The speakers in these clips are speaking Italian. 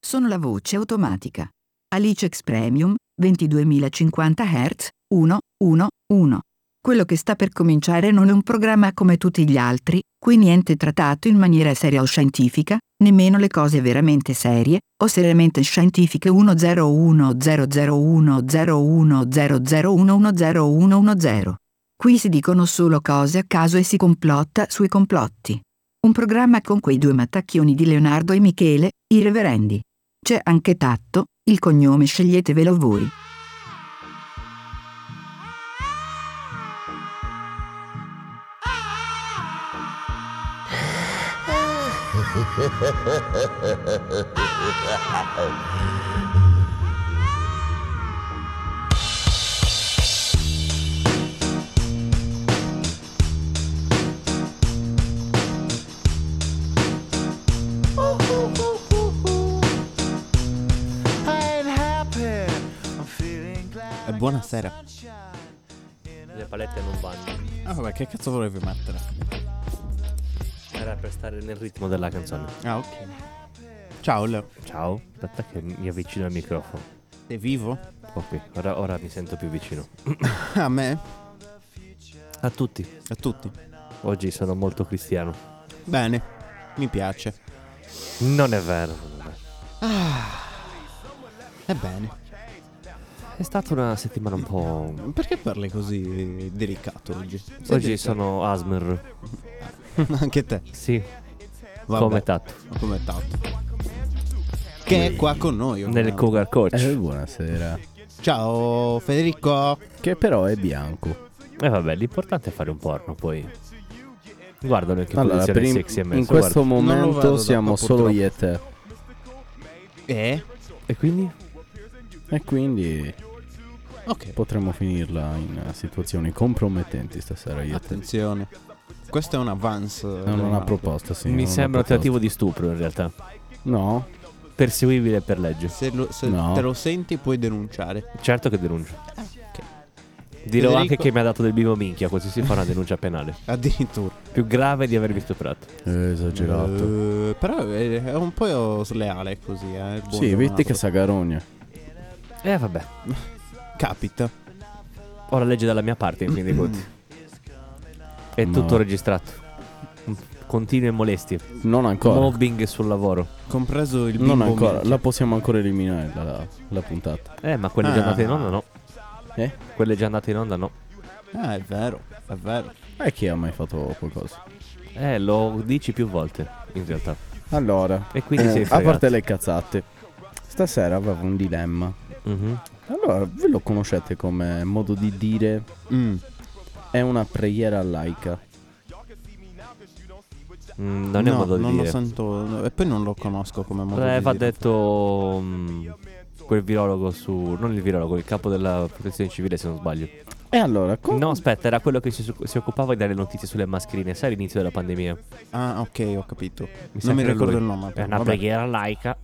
sono la voce automatica. Alicex Premium 22.050 Hz 111. Quello che sta per cominciare non è un programma come tutti gli altri, qui niente trattato in maniera seria o scientifica, nemmeno le cose veramente serie o seriamente scientifiche 10100101001101110. Qui si dicono solo cose a caso e si complotta sui complotti. Un programma con quei due mattacchioni di Leonardo e Michele, i reverendi. C'è anche Tatto, il cognome sceglietevelo voi. Buonasera. Le palette non vanno. Ah vabbè, che cazzo volevi mettere? Era per stare nel ritmo della canzone. Ah, ok. Ciao Leo. Ciao, aspetta che mi avvicino al microfono. Sei vivo? Ok, ora mi sento più vicino. A me? A tutti. A tutti. Oggi sono molto cristiano. Bene, mi piace. Non è vero. Ebbene. È stata una settimana un po'... Perché parli così delicato oggi? Oggi sono Asmer. Anche te? Sì, Vabbè. come Tatto. Come Tatto. Che è qua con noi. Nel Cougar Coach. Buonasera. Ciao Federico. Che però è bianco. E vabbè, l'importante è fare un porno, poi... Guardalo in che Allora, posizione sexy è messo. in questo guarda. Non lo momento vedo siamo da qua, solo io e te. E quindi? E quindi ok. potremmo finirla in situazioni compromettenti stasera io e te. Attenzione. Questa è un avance. Non una proposta, sì. Mi una sembra un proposta. tentativo di stupro in realtà. No, Perseguibile per legge. Se No. te lo senti puoi denunciare. Certo che denuncio. Ok. Dirò Federico- anche che mi ha dato del bimbo minchia, così si fa una denuncia penale. Addirittura. Più grave di avermi stuprato. esagerato. Però è un po' sleale così, il buon Sì, vedi Leonardo. che sagarogna. Vabbè. Capita. Ho la legge dalla mia parte, in fin dei conti. È No. tutto registrato. Continue molestie. Non ancora. Mobbing sul lavoro. Compreso il bimbo Non ancora. minchia. La possiamo ancora eliminare la puntata. Ma quelle già andate in onda no. Quelle già andate in onda no. È vero, è vero. E chi ha mai fatto qualcosa? Lo dici più volte, in realtà. Allora, E quindi sei a fregato. parte le cazzate, stasera avevo un dilemma. Mhm. Allora, ve lo conoscete come modo di dire? È una preghiera laica. Non è un modo di non dire. lo sento. E poi non lo conosco come modo di Va dire. detto quel virologo non il virologo, il capo della protezione civile, se non sbaglio. E allora, No, aspetta, era quello che si occupava di dare notizie sulle mascherine, sai, all'inizio della pandemia. Ah, ok, ho capito. Mi sa Non mi che era ricordo lui. il nome. È una vabbè. preghiera laica.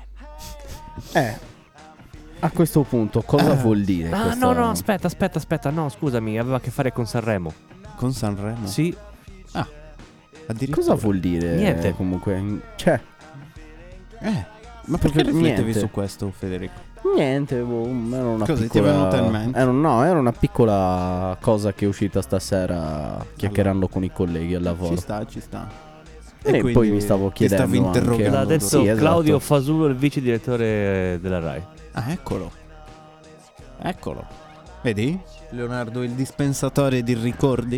a questo punto cosa vuol dire? Ah, questa- no, aspetta, no, scusami, aveva a che fare con Sanremo. Con Sanremo? Sì, Addirittura. Cosa vuol dire? Niente. Comunque, cioè, Ma perché riflettevi niente. su questo, Federico? niente, era una Cosa ti è piccola... venuta in mente? Era una piccola cosa che è uscita stasera chiacchierando con i colleghi al lavoro. Ci sta. E quindi poi mi stavo ti stavi chiedendo anche- interrogando. l'ha detto Sì, esatto. Claudio Fasulo, il vice direttore della RAI. Ah, eccolo. Vedi? Leonardo, il dispensatore di ricordi.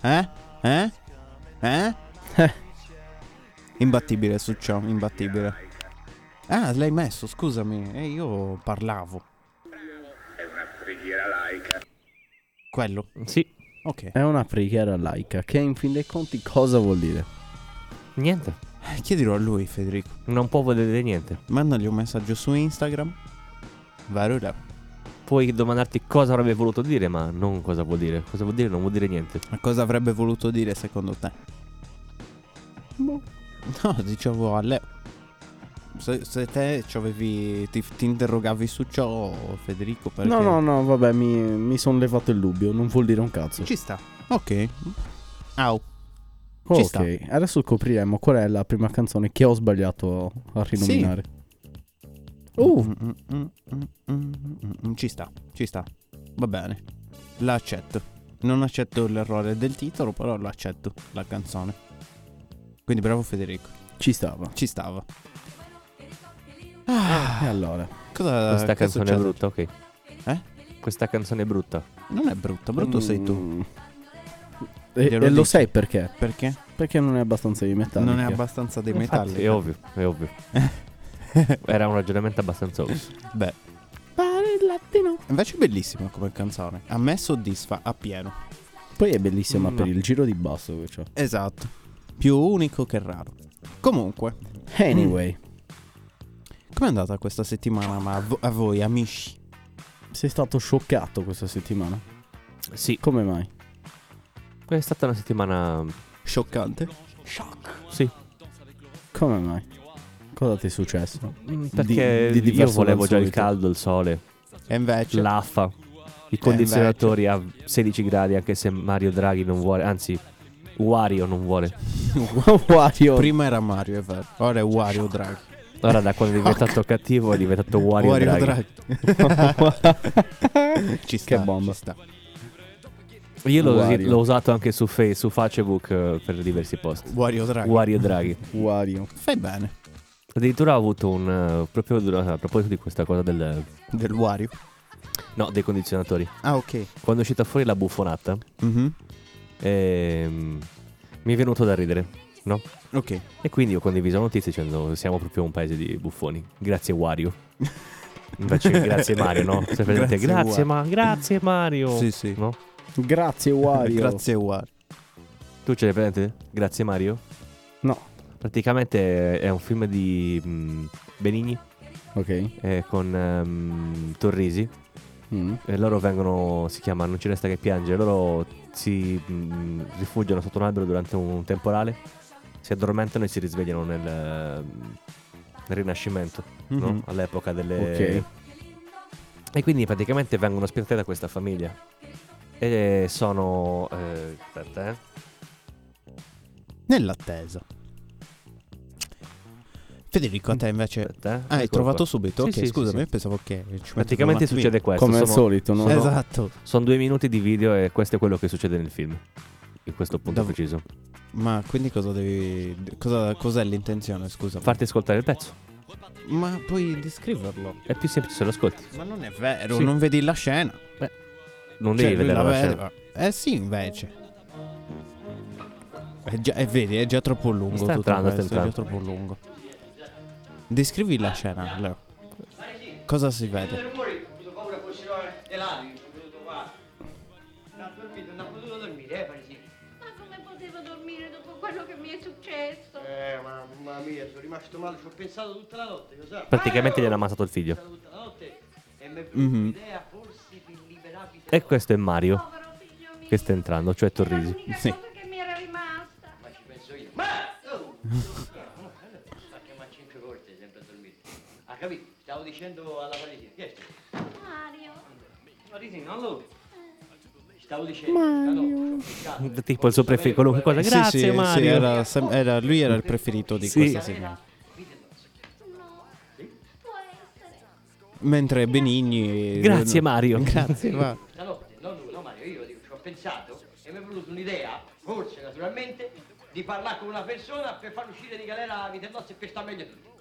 Imbattibile su ciò, imbattibile. Ah, l'hai messo, scusami. Io parlavo. È una preghiera laica. Quello. Sì, Ok. È una preghiera laica, che in fin dei conti cosa vuol dire? niente, Chiedilo a lui, Federico. non può voler dire niente. Mandagli un messaggio su Instagram. Varula. Puoi domandarti cosa avrebbe voluto dire, ma non cosa vuol dire. Cosa vuol dire non vuol dire niente. Ma cosa avrebbe voluto dire secondo te? Boh. No, dicevo a Leo. Se te ti interrogavi su ciò, Federico, perché... No, vabbè, mi sono levato il dubbio, non vuol dire un cazzo. Ci sta. Ok. Au. Ci Ok, sta. adesso scopriremo qual è la prima canzone che ho sbagliato a rinominare. Ci sta. Va bene. La accetto. Non accetto l'errore del titolo, però lo accetto, la canzone. Quindi bravo Federico. Ci stava. E allora? Questa canzone è brutta, ok. Questa canzone è brutta. Non è brutto sei tu. E Glielo lo dico. sai perché? Perché? Perché non è abbastanza di metallica. Non è abbastanza dei metalli. Infatti, è ovvio. Era un ragionamento abbastanza ovvio. Beh, invece è bellissima come canzone. A me soddisfa appieno. Poi è bellissima per il giro di basso che c'ho. Esatto. Più unico che raro. Comunque, Anyway, com'è andata questa settimana a voi amici? sei stato scioccato questa settimana? Sì, Come mai? è stata una settimana... Scioccante? Sì, Come mai? Cosa ti è successo? perché di io diverso volevo dal già il solito? caldo, il sole, E invece? l'affa, i condizionatori a 16 gradi, anche se Mario Draghi non vuole, anzi Wario non vuole. Wario. Prima era Mario, è vero. Ora è Wario Draghi. Ora da quando è diventato cattivo è diventato Wario Draghi. Ci sta, Che bomba. ci sta. Io Wario. l'ho usato anche su Facebook per diversi post. Wario Draghi. Wario Draghi. Wario. Fai bene. Addirittura ho avuto proprio a proposito di questa cosa Del Wario. dei condizionatori. Ah, ok. Quando è uscita fuori la buffonata, Mhm. mi è venuto da ridere, no? Ok. E quindi ho condiviso la notizia dicendo siamo proprio un paese di buffoni. Grazie Wario. Invece grazie Mario, no? Sei presente? Grazie, Grazie Mario. Sì, sì. No? Grazie Wario. Grazie Wario. Tu ce l'hai presente? Grazie Mario? No. Praticamente è un film di Benigni Ok. con Torrisi. E loro vengono, si chiama Non ci resta che piangere. Loro si rifugiano sotto un albero durante un temporale, si addormentano e si risvegliano nel Rinascimento, no? Mhm. All'epoca delle... Ok. E quindi praticamente vengono ospitati da questa famiglia. E sono... aspetta, Nell'attesa. Federico, a te invece... aspetta, Ah, hai eccolo trovato qua. subito? Sì, ok, sì, scusami, sì. pensavo che... ci mettevano Praticamente un attimino. succede questo. Come al solito, no? Esatto. Sono 2 minuti di video e questo è quello che succede nel film. In questo punto Dav- preciso. Ma quindi cosa devi... Cos'è l'intenzione, scusa? Farti ascoltare il pezzo. Ma puoi descriverlo. È più semplice se lo ascolti. Ma non è vero, Sì. non vedi la scena. Non Cioè, devi lui vedere la scena. vedeva. Sì, invece. Vedi, è già troppo lungo. Sta tutto entrando, sta questo, è già entrando. troppo lungo. Descrivi la scena, Leo. Cosa si vede? Fuori, ho avuto paura fossero elati, ho venuto qua. Non ha potuto dormire, Parisino. Ma come potevo dormire dopo quello che mi è successo? Mamma mia, sono rimasto male, ci ho pensato tutta la notte, lo sai? Praticamente gli hanno ammazzato il figlio. Tutta la notte e mi è venuta Mhm. un'idea, forse per liberarmi. E questo è Mario Povero figlio mio. che sta entrando, cioè Era Torrisi. l'unica Sì. cosa che mi era rimasta. Ma ci penso io. Ma! Oh! Sta chiamando 5 volte, sempre a dormire. Ha capito? Stavo dicendo alla Parisina, chi è sto? Mario. Parisina, allora. Stavo dicendo, no, ci ho pensato. Tipo il suo preferito, qualunque cosa. Sì, Grazie sì, Mario. sì, lui era il preferito di Sì. questa signora. No. Può essere. Mentre Benigni... Grazie Mario. Grazie, va. Stanotte, no Mario, io dico, ci ho pensato e mi è venuta un'idea, forse naturalmente, di parlare con una persona per farlo uscire di galera a vita e nozze e per stare meglio tutti.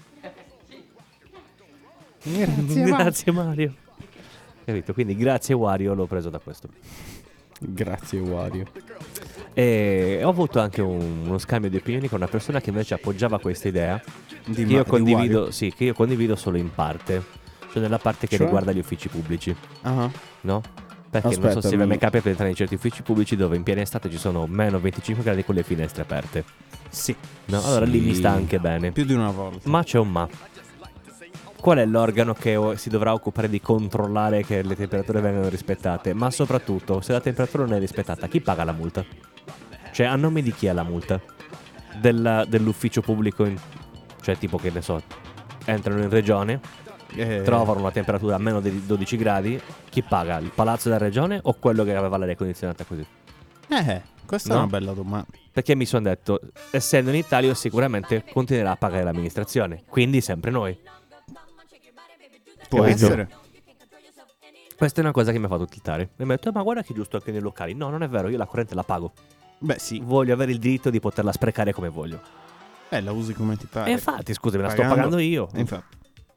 Sì. Grazie Mario. Capito? Quindi grazie Wario l'ho preso da questo. Grazie Wario. E ho avuto anche uno scambio di opinioni con una persona che invece appoggiava questa idea. Che io Wario. condivido, sì, che io condivido solo in parte. Cioè nella parte che Cioè? riguarda gli uffici pubblici, Ah, no? Perché non Aspetta, so se vi è mai capitato di entrare in certi uffici pubblici dove in piena estate ci sono meno 25 gradi con le finestre aperte. sì. No? Allora lì mi Sì. sta anche bene. Più di una volta. Ma c'è un ma. Qual è l'organo che si dovrà occupare di controllare che le temperature vengano rispettate? Ma soprattutto, se la temperatura non è rispettata, chi paga la multa? Cioè, a nome di chi è la multa? Dell'ufficio pubblico, cioè tipo che ne so, entrano in regione, trovano una temperatura a meno di 12 gradi, chi paga? Il palazzo della regione o quello che aveva l'aria condizionata così? Questa è No. una bella domanda. Perché mi sono detto, essendo in Italia sicuramente continuerà a pagare l'amministrazione, quindi sempre noi. Può Capito? essere. Questa è una cosa che mi ha fatto tiltare. E mi ha detto, ma guarda che è giusto anche nei locali. No, non è vero, io la corrente la pago. Beh, sì. Voglio avere il diritto di poterla sprecare come voglio. La usi come ti pare. E infatti, scusa, me la sto pagando io. Infatti.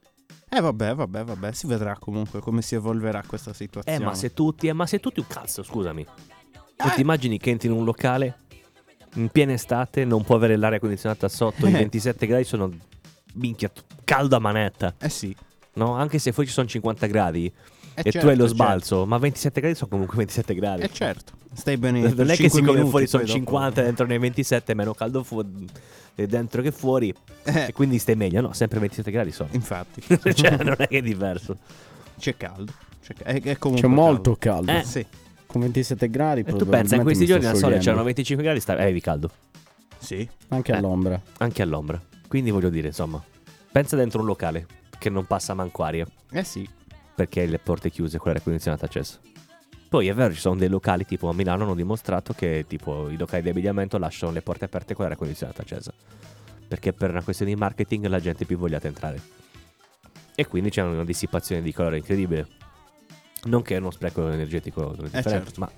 Vabbè, si vedrà comunque come si evolverà questa situazione. Ma se tutti un cazzo, scusami. Tu ti immagini che entri in un locale in piena estate, non può avere l'aria condizionata sotto i 27 gradi, sono minchia, caldo a manetta. Sì. No, anche se fuori ci sono 50 gradi e certo, tu hai lo sbalzo, ma 27 gradi sono comunque 27 gradi. Certo. Stai bene. Non è che siccome minuti, fuori sono poi dopo- 50 dentro nei 27 è meno caldo dentro che fuori e quindi stai meglio. No, sempre 27 gradi sono. Infatti. Cioè non è che è diverso. C'è caldo. È comunque C'è molto caldo. Sì. Con 27 gradi. E tu pensa, in questi giorni al sole c'erano 25 gradi, avevi caldo. Sì. Anche all'ombra. Anche all'ombra. Quindi voglio dire, insomma, pensa dentro un locale che non passa manco aria Sì. perché le porte chiuse con l'aria condizionata accesa. Poi è vero, ci sono dei locali tipo a Milano hanno dimostrato che tipo i locali di abbigliamento lasciano le porte aperte con l'aria condizionata accesa perché per una questione di marketing la gente è più vogliata entrare e quindi c'è una dissipazione di calore incredibile, non che è uno spreco energetico differente, certo. ma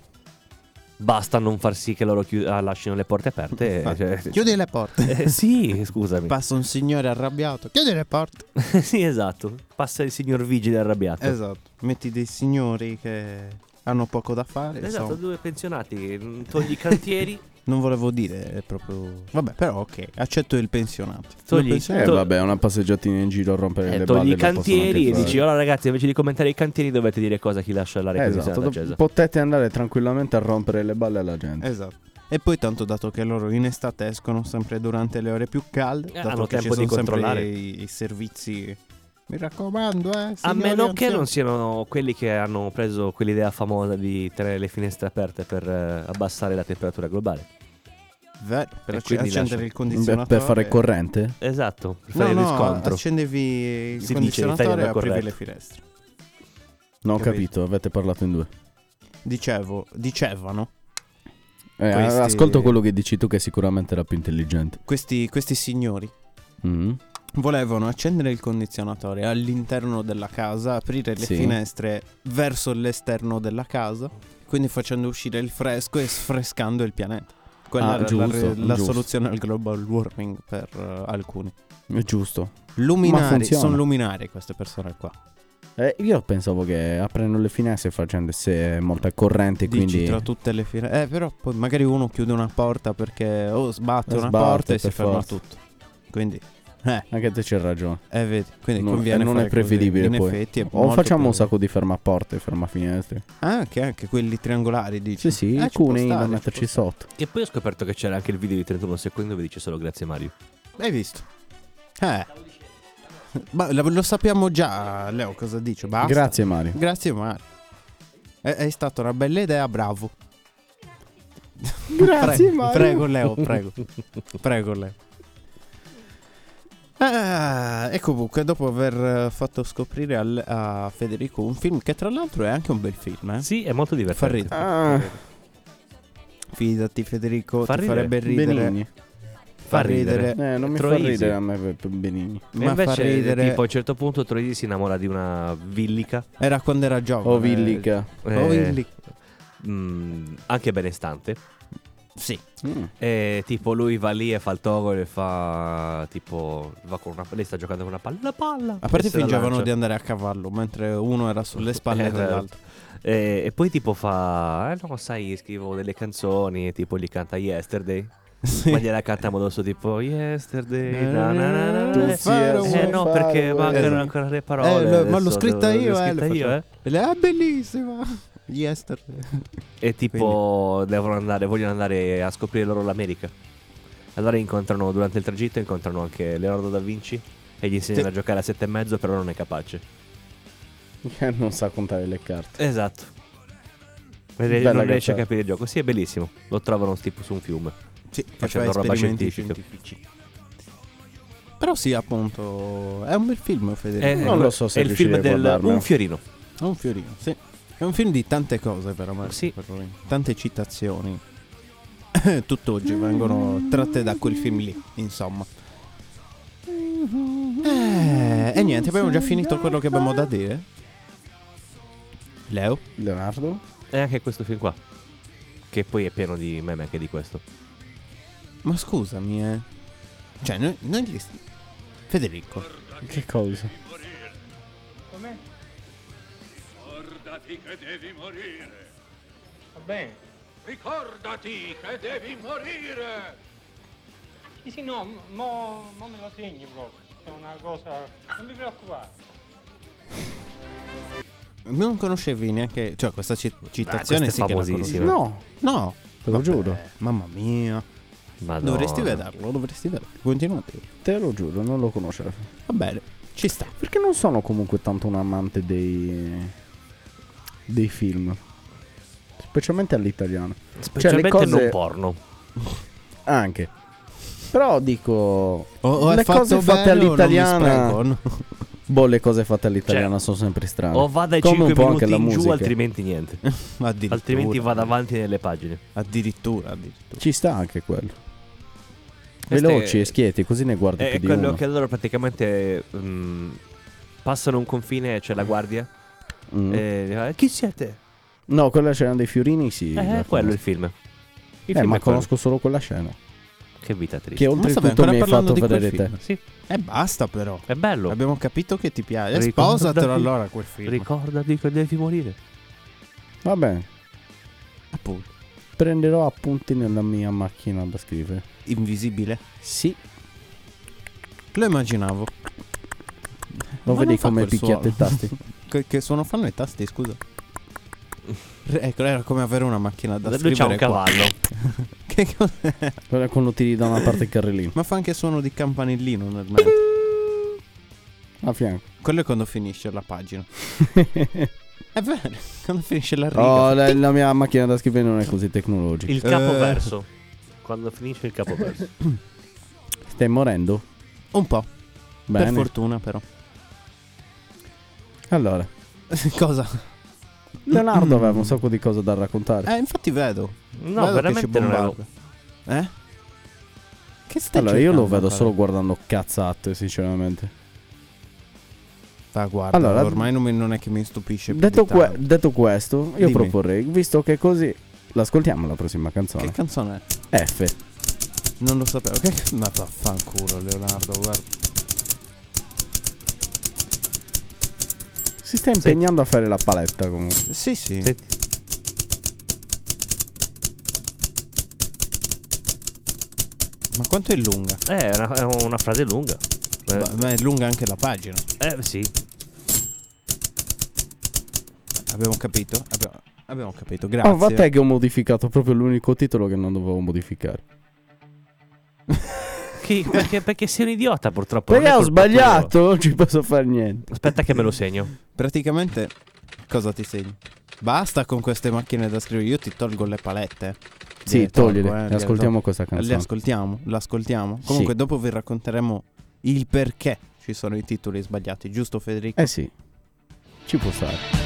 basta non far sì che loro lasciano le porte aperte. Chiudi le porte. Sì, scusami. Passa un signore arrabbiato. Chiudi le porte. Sì, esatto. Passa il signor vigile arrabbiato. Esatto. Metti dei signori che hanno poco da fare. Esatto, insomma. due pensionati, togli i cantieri. Non volevo dire, è proprio. Vabbè, però ok, accetto il pensionato. Togli- Il pensionato- Vabbè, una passeggiatina in giro a rompere le balle. Togli i lo possono cantieri anche e fare. dici: ora ragazzi, invece di commentare i cantieri dovete dire cosa chi lascia l'aria Esatto, condizionata accesa. potete andare tranquillamente a rompere le balle alla gente. Esatto. E poi tanto dato che loro in estate escono sempre durante le ore più calde, dato hanno che tempo ci di sono sempre controllare. i servizi. Mi raccomando, A signori meno che anziani. non siano quelli che hanno preso quell'idea famosa di tenere le finestre aperte per abbassare la temperatura globale. Vero, per E quindi accendere lascia- il condizionatore. Per fare corrente? Esatto, per fare No, il no, riscontro. accendevi il Si dice in condizionatore Italia e non aprivi corretto. le finestre. Non ho Capito. capito, avete parlato in due. Dicevano Ascolto quello che dici tu che sicuramente era più intelligente. questi signori Mm. volevano accendere il condizionatore all'interno della casa, aprire le Sì. finestre verso l'esterno della casa, quindi facendo uscire il fresco e sfrescando il pianeta. Quella era la giusto. soluzione al global warming per alcuni. È giusto. Luminari, funziona. sono luminari queste persone qua. Io pensavo che aprendo le finestre facesse molta corrente, Dici quindi tra tutte le finestre. Però poi magari uno chiude una porta perché sbatte una Sbatte, porta e si per ferma forza. tutto. Quindi anche te c'è ragione. vedi, quindi Non, conviene non fare è preferibile così. In poi. effetti è O molto facciamo più- un sacco di fermaporte, fermafinestre. anche quelli triangolari, dici. Sì, ci alcuni può da stare, metterci ci può sotto. E poi ho scoperto che c'era anche il video di 31 secondi dove dice solo grazie Mario. stare. Hai visto? Ma lo sappiamo già, Leo, cosa dice? Basta. Grazie Mario. Grazie Mario. È stata una bella idea, bravo. Grazie Mario. Prego Leo, prego. Prego Leo. E comunque dopo aver fatto scoprire a Federico un film che tra l'altro è anche un bel film, eh? Sì, è molto Fa divertente. ridere. Ah, Fidati Federico, Fa ti ridere. farebbe ridere. Benigni. Fa ridere. Non mi fa Troisi. ridere a me per Benigni. E Ma fa invece ridere. tipo a un certo punto Troisi si innamora di una villica. Era quando era giovane. Oh Villica. Anche benestante. Sì. E tipo lui va lì e fa il togolo e fa tipo va con lei sta giocando con una palla. La palla. A parte E se la fingevano lancia. di andare a cavallo mentre uno era sulle spalle È vero. dell'altro. E poi tipo fa no sai scrivo delle canzoni e tipo gli canta Yesterday. Sì. Ma gliela canta a modo suo tipo Yesterday na, na, na, na, Tu na. fare No fare, perché mancano esatto. ancora le parole Ma l'ho adesso, scritta io, l'ho scritta le io, faccio. E lei, bellissima. Yesterday. E tipo vogliono andare a scoprire loro l'America. Allora incontrano durante il tragitto incontrano anche Leonardo da Vinci e gli insegnano Sì. a giocare a 7,5 però non è capace. Non sa contare le carte. Esatto. Bella Non riesce a cazzata. capire il gioco. Sì, è bellissimo. Lo trovano tipo su un fiume. Sì, Facendo fa roba esperimenti scientifica. scientifici. Però sì, appunto, è un bel film, Federico. Non lo so se è il film riuscirei a del guardarmelo. Un fiorino. È un fiorino, sì. È un film di tante cose, veramente. Sì. Tante citazioni. Tutt'oggi vengono tratte da quel film lì, insomma. E niente, abbiamo già finito quello che abbiamo da dire. Leo? Leonardo? E anche questo film qua, che poi è pieno di meme anche di questo. Ma scusami, cioè noi li... Federico, Che cosa? Com'è? Ricordati che devi morire. Va bene. Ricordati che devi morire. Sì, no, mo me lo segni proprio. È una cosa... Non mi preoccupare. non conoscevi neanche, cioè questa citazione questa è sì che la famosissima. conoscevo. No, No, te lo giuro. mamma mia. Madonna. Dovresti vederlo, Continua te. Te lo giuro, non lo conoscevo. Va bene, ci sta. Perché non sono comunque tanto un amante dei film. Specialmente all'italiano. Specialmente cioè, le cose... non porno. Anche. Però dico... O le è fatto cose fatte bene o non mi all'italiana... sprego, no? Boh, le cose fatte all'italiana sono sempre strane. O va dai Come 5 un po' minuti anche la in giù, musica. altrimenti niente. Addirittura. Altrimenti vado avanti nelle pagine. Addirittura. Ci sta anche quello. Queste- Veloci e schieti, così ne guardi È più di quello uno. che allora praticamente passano un confine e c'è la guardia. Mm. E chi siete? No, quella scena dei fiorini sì. la Quello è il conosco. film. Il film Ma è quello. conosco solo quella scena. Che vita triste. Che Ma stai oltretutto ancora mi hai parlando fatto di quel vedere te. film? Sì, E basta però. è bello. Abbiamo capito che ti piace. Ricordati- Sposatelo allora quel film. Ricordati che devi morire. Va bene. Appunto. Prenderò appunti nella mia macchina da scrivere. Invisibile. Sì. Lo immaginavo. Lo Ma vedi non fa come quel picchiate i suono. tasti? Che suono fanno i tasti, scusa? Ecco, era come avere una macchina da Lui scrivere. c'ha un qua. cavallo. Che cos'è? Quella quando tiri da una parte il carrellino. Ma fa anche suono di campanellino nel mezzo. A fianco. Quello è quando finisce la pagina. È vero, quando finisce la riga. Oh, la mia macchina da scrivere non è così tecnologica. Il capoverso. Quando finisce il capoverso. Stai morendo? Un po'. Bene. Per fortuna però. Allora, Cosa? Leonardo aveva un sacco di cose da raccontare. Infatti vedo. No, Vedo veramente che ci non avevo. bombarda. Che stai Allora, io lo cercando vedo di solo fare? guardando cazzate, sinceramente. Guarda, Allora, ormai non è che mi stupisce più Detto, di tanto. detto questo, io Dimmi. proporrei, visto che così l'ascoltiamo la prossima canzone. Che canzone è? F. Non lo sapevo. Ma vaffanculo, Leonardo, guarda. Si sta impegnando a fare la paletta comunque. Sì. Senti. Ma quanto è lunga? È una frase lunga. Ma è lunga anche la pagina. Sì. Abbiamo capito? Abbiamo capito, grazie. Oh, va te che ho modificato proprio l'unico titolo che non dovevo modificare. Perché sei un idiota purtroppo. Perché non è ho colpa sbagliato, non ci posso fare niente. tua. Aspetta che me lo segno. Praticamente, cosa ti segni? Basta con queste macchine da scrivere. Io ti tolgo le palette. Sì, Le tolgo, togliele. le Ascoltiamo questa Le canzone. ascoltiamo? L'ascoltiamo? Comunque dopo vi racconteremo il perché ci sono i titoli sbagliati, giusto Federico? Sì, ci può stare.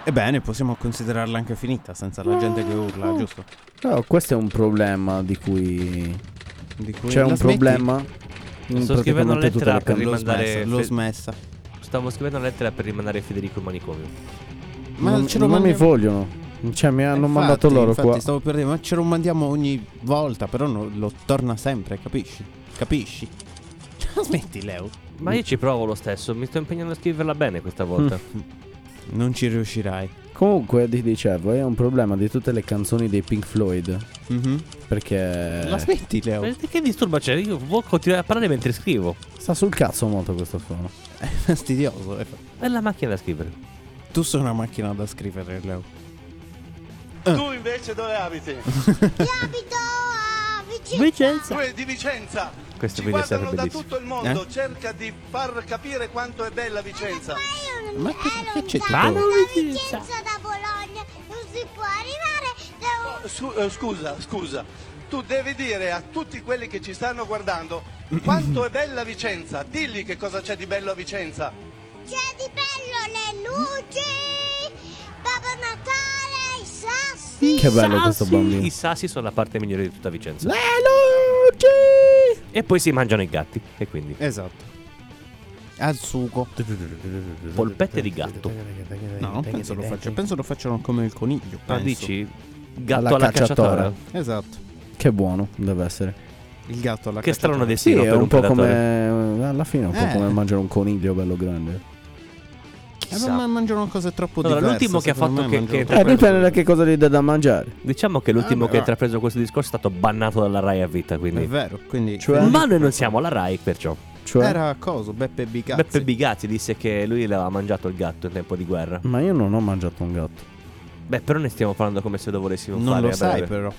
Ebbene, possiamo considerarla anche finita senza la gente che urla, giusto? No, questo è un problema di cui c'è la un smetti? problema. Sto scrivendo una praticamente tutte lettera le per canzoni. rimandare. L'ho smessa. Stavo scrivendo una lettera per rimandare Federico in manicomio. Ma non, ce lo non mi mandiamo- vogliono. Cioè mi hanno Infatti, mandato loro infatti, qua. stavo per dire, ma ce lo mandiamo ogni volta, però lo torna sempre, capisci? Capisci? Smetti, Leo. Ma io ci provo lo stesso, mi sto impegnando a scriverla bene questa volta. Non ci riuscirai. Comunque ti dicevo, è un problema di tutte le canzoni dei Pink Floyd. Mhm. Perché La smetti, Leo. Che disturbo c'è? Io voglio continuare a parlare mentre scrivo. sta sul cazzo molto questo suono. È fastidioso. È la macchina da scrivere. Tu sei una macchina da scrivere, Leo. Tu invece dove abiti? Io abito a Vicenza. Tu di Vicenza. Questo Ci video sarà guardano da bellissimo. tutto il mondo, cerca di far capire quanto è bella Vicenza. Ma che c'è Ma tipo? non da Vicenza. Vicenza da Bologna non si può arrivare. Scusa, tu devi dire a tutti quelli che ci stanno guardando quanto è bella Vicenza. Digli che cosa c'è di bello a Vicenza. C'è di bello le luci, Babbo Natale, i sassi. Che bello questo bambino. I sassi sono la parte migliore di tutta Vicenza. Le luci! E poi si mangiano i gatti. E quindi Esatto. Al sugo. polpette di gatto. No, non penso lo facciano. Penso lo facciano come il coniglio. Ma penso. dici gatto Alla alla cacciatora. cacciatora? Esatto. Che buono deve essere. Il gatto alla Che strano cacciatora. Sì, destino è per un po' predatore. come alla fine è un po' come mangiare un coniglio bello grande. Chissà. Ma mangiano cose troppo Allora, diverse. l'ultimo che ha secondo fatto me che- mangiano- Dipende da che cosa gli dà da mangiare. Diciamo che l'ultimo beh, che ha va. intrapreso questo discorso è stato bannato dalla Rai a vita, È quindi. vero, quindi Cioè? Ma noi non siamo la Rai, perciò. Cioè, era coso, Beppe Bigazzi. Beppe Bigazzi disse che lui l'aveva mangiato il gatto in tempo di guerra. ma io non ho mangiato un gatto. Beh, però ne stiamo parlando come se lo volessimo Non fare lo a sai breve. però.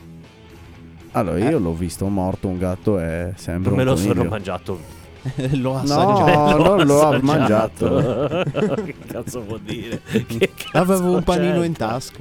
Allora, io l'ho visto morto un gatto e sembra Non me un lo coniglio. sono mangiato. Lo assaggiato. No, non lo ha assaggiato. mangiato. Che cazzo vuol dire? Che cazzo Avevo un panino c'entra? in tasca.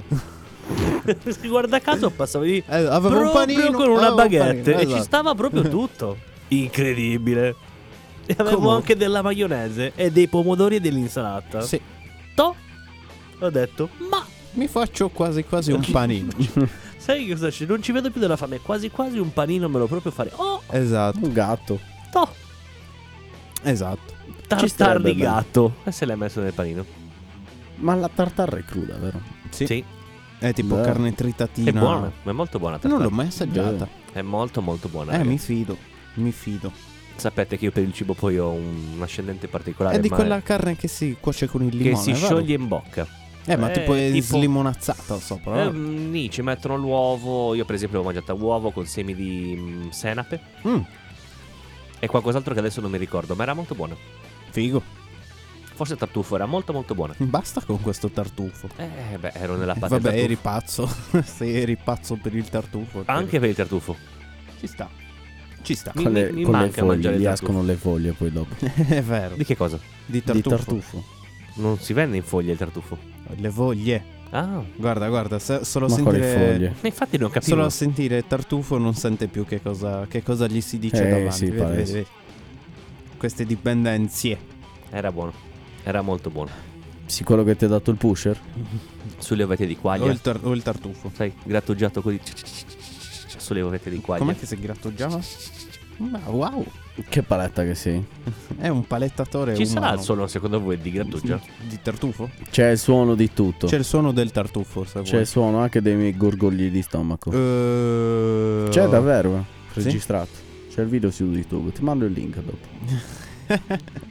Guarda caso passavo di Avevo proprio un panino con una avevo un baguette panino, e ci esatto. stava proprio tutto. Incredibile. E avevo Come? anche della maionese e dei pomodori e dell'insalata. Sì, Toh. Ho detto, ma mi faccio quasi quasi un panino. sai che cosa c'è? Non ci vedo più della fame. Quasi quasi un panino me lo proprio fare. Oh, Esatto, Un gatto. toh. esatto. Tartar starebbe di bene. gatto. E se l'hai messo nel panino? Ma la tartarra è cruda, vero? Sì. È tipo Beh. carne tritatina. È buona, è molto buona. Non l'ho tartar. mai assaggiata. È molto molto buona. Mi ragazzi. fido. Mi fido. Sapete che io per il cibo poi ho un ascendente particolare. È di ma quella carne che si cuoce con il che limone. si vero? scioglie in bocca. Ma tipo è tipo- slimonazzata sopra. no? Nì, ci mettono l'uovo. Io, per esempio, ho mangiato uovo con semi di senape Mm, e qualcos'altro che adesso non mi ricordo, ma era molto buono. figo. Forse tartufo era molto molto buono. Basta con questo tartufo. Beh, ero nella parte Vabbè, del eri tartufo. pazzo. Se eri pazzo per il tartufo. Anche per il tartufo. Ci sta. Ci sta. Mi- Con le, mi con le manca foglie, mangiare il gli tartufo. escono le foglie poi dopo. È vero. Di che cosa? Di Di tartufo. tartufo. Non si vende in foglie il tartufo. Le foglie. Ah, Guarda, solo Ma quali sentire foglie? infatti non capivo. Solo a sentire tartufo non sente più che cosa gli si dice davanti. sì, Vedi, pare vedi, sì. vedi. Queste dipendenze. Era buono. Era molto buono. Sì, quello che ti ha dato il pusher? Sulle ovette di O quaglia. il tartufo. Sai, grattugiato così. Sulle ovette di quaglia. Com'è che si grattugiava? Ma wow. Che paletta che sei. È un palettatore Ci umano. sarà il suono secondo voi di grattugia? Di tartufo? C'è il suono di tutto. C'è il suono del tartufo, se C'è vuoi. il suono anche dei miei gorgogli di stomaco. C'è C'è davvero, Sì? registrato. C'è il video su YouTube, ti mando il link dopo.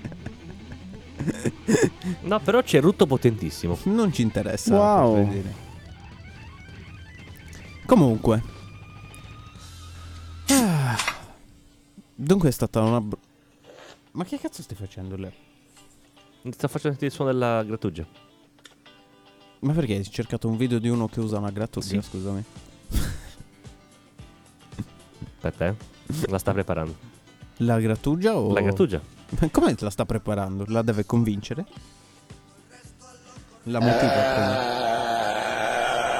No, però c'è rutto potentissimo. Non ci interessa. Wow. potrei dire. Comunque. Dunque è stata una... Ma che cazzo stai facendo lei? Sta facendo sentire il suono della grattugia. Ma perché hai cercato un video di uno che usa una grattugia, Sì. scusami? Aspetta, la sta preparando. La grattugia o... La grattugia. Ma come la sta preparando? La deve convincere? La motiva prima.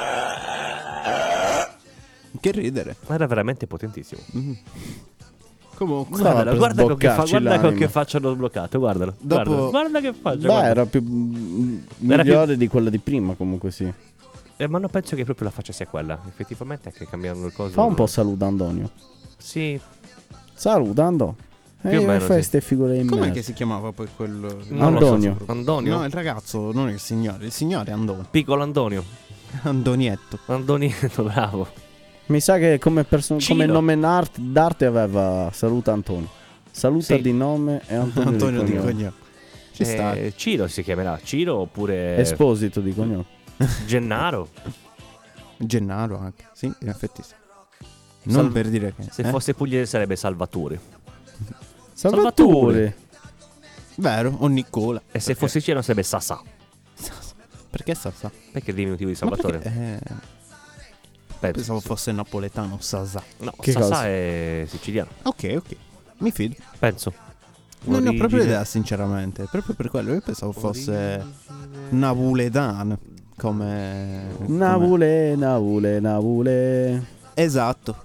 Che ridere. Era veramente potentissimo. Mm. Comunque, Stava Guarda, per guarda con che, sboccarci guarda con l'anima. che faccia l'ho sbloccato, guardalo. Dopo- Guarda che faccia. Beh, guarda. era più migliore di quella di prima, comunque sì. Ma non penso che proprio la faccia sia quella. Effettivamente è che cambiando il coso. Fa un po' saluta Antonio. Sì. Saluta Antonio. Più o meno, fai sì. ste figure in com'è mezzo. che si chiamava poi quello? Non lo so. Antonio. Antonio? No, il ragazzo, non il signore è Andone. Piccolo Antonio. Andonietto. Antonietto, bravo. Mi sa che come Cilo. nome d'arte aveva Saluta Antonio. Saluta Sì. di nome e Antonio, Antonio di cognome. cognome. Ci sta. Ciro si chiamerà. Ciro oppure Esposito di cognome. Gennaro. Gennaro anche. Sì, in effetti sì. Non Sal- per dire che... Se fosse pugliese sarebbe Salvatore. Salvatore. Vero, o Nicola. E se fosse siciliano sarebbe Sasà. Perché Sasà? Perché è il diminutivo di Ma Salvatore? perché, Penso. pensavo fosse napoletano, Sasà. No, Che Sasà cosa? è siciliano. Ok. Mi fido. Penso. Non ne ho proprio Origine- idea, sinceramente. Proprio per quello io pensavo fosse napoletano. Come... Navule. Esatto.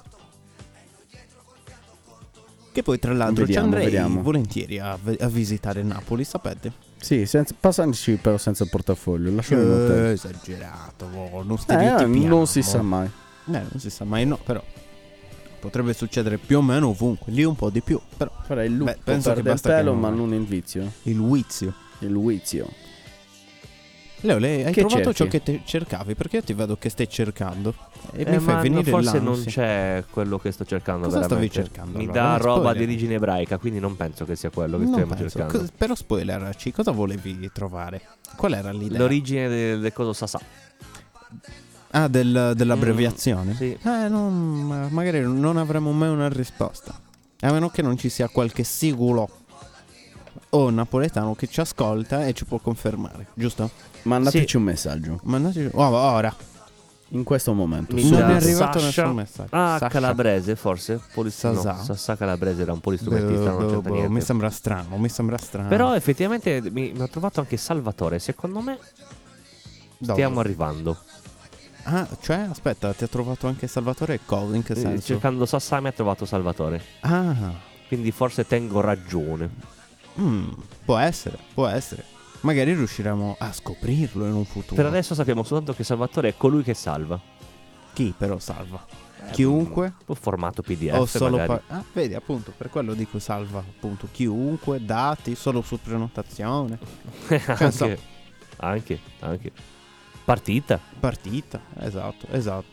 Che poi tra l'altro ci Vediamo, andrei vediamo. volentieri a visitare Napoli, sapete? Sì, passandoci però senza portafoglio. Lasciamo in hotel. Esagerato, non stereotipiamo. Non si sa mai. Non si sa mai, no, però potrebbe succedere più o meno ovunque, lì un po' di più, però Farei il lupo, penso che perde il basta che pelo, non- ma non il vizio. il wizio. Il vizio. Leo, lei hai Che trovato cerchi? ciò che te cercavi? Perché io ti vedo che stai cercando e mi ma fai venire forse l'ansia. non c'è quello che sto cercando. Cosa stavi veramente. cercando, Mi allora? dà roba Spoiler. di origine ebraica, quindi non penso che sia quello che Non stiamo penso. cercando. Però spoilerci, cosa volevi trovare? Qual era l'idea? L'origine del coso Sasà. Ah, dell'abbreviazione? Sì. Magari non avremo mai una risposta. A meno che non ci sia qualche sigulo o napoletano che ci ascolta e ci può confermare, giusto? Mandateci Sì. un messaggio. Mandateci... ora. In questo momento. Mi Non dà è arrivato Sasha. nessun messaggio. Ah, Sasha. calabrese forse? Sasà. No, Sassà calabrese era un polistrumentista, non c'entra niente. Mi sembra strano. Però effettivamente mi ha trovato anche Salvatore. Secondo me Dove? stiamo arrivando. Ah, cioè, aspetta, ti ha trovato anche Salvatore e cosa? In che senso? Cercando Sassà mi ha trovato Salvatore. Ah, Quindi forse tengo ragione. può essere. Magari riusciremo a scoprirlo in un futuro. Per adesso sappiamo soltanto che Salvatore è colui che salva. Chi però salva? Chiunque? Un formato PDF O solo magari. vedi, appunto, per quello dico salva, appunto, chiunque, dati, solo su prenotazione. anche. Partita. Partita, esatto.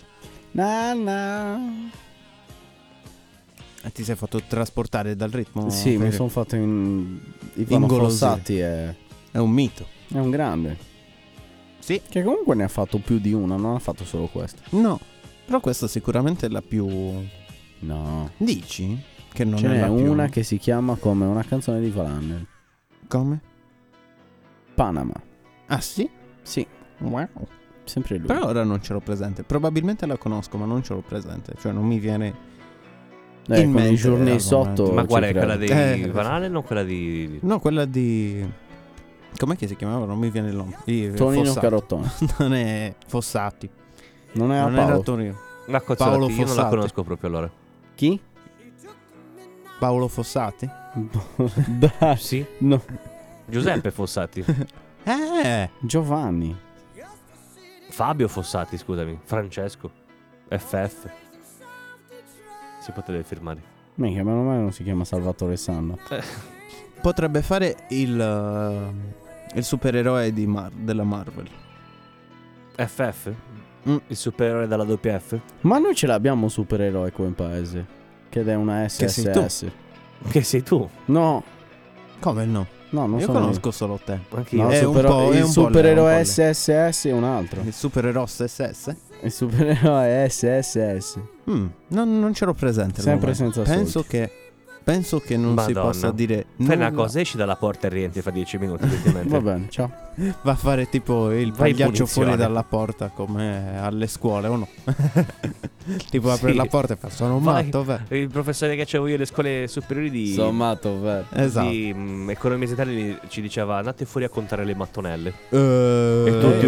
E ti sei fatto trasportare dal ritmo? Sì, mi Fede? sono fatto Ivano Ingolosire. Fossati è un mito. È un grande. Sì. Che comunque ne ha fatto più di una, non ha fatto solo questo. No, però questa sicuramente è la più... No. Dici? Che non Ce è n'è la più... una che si chiama come una canzone di Valanne. Come? Panama. Ah sì? Sì. Wow. Sempre lui. Però ora non ce l'ho presente. Probabilmente la conosco, ma non ce l'ho presente. Cioè non mi viene... in con mente i giorni al sotto. momento. Ma qual è ci quella credo. dei Van Halen o quella di... No, quella di... Com'è che si chiamava? Non mi viene il nome. Tonino Fossati. Carottone. Non è Fossati. Non è Non Paolo. era Tonino. La Paolo Cozzotti, io non la Fossati. conosco proprio allora. Chi? Paolo Fossati? Dai. Sì? No. Giuseppe Fossati. Giovanni. Fabio Fossati, scusami. Francesco. FF. Si potrebbe firmare. Mica, meno male non si chiama Salvatore Sanna. Potrebbe fare il supereroe della Marvel. FF? Il supereroe della WF? Ma noi ce l'abbiamo un supereroe qua in paese. Che è una SSS. Che sei tu? No. Come no? No, non Io sono conosco solo te. Anche No, io. È un po', è il un po' supereroe Leo, un po' SSS è un altro. Il supereroe SS? Il supereroe SSS. Non ce l'ho presente. al Sempre momento. senza Penso che non si Madonna. possa dire Fai una nulla. cosa, esci dalla porta e rientri fra 10 minuti. Effettivamente. Va bene, ciao. Va a fare tipo il Vai in pagliaccio fuori punizione. dalla porta come alle scuole o no? Tipo apre Sì. la porta e fa sono Vai. matto, beh. Il professore che c'avevo io alle scuole superiori di... Sommato, vero. Esatto. di economia essenziale ci diceva andate fuori a contare le mattonelle. E tutti,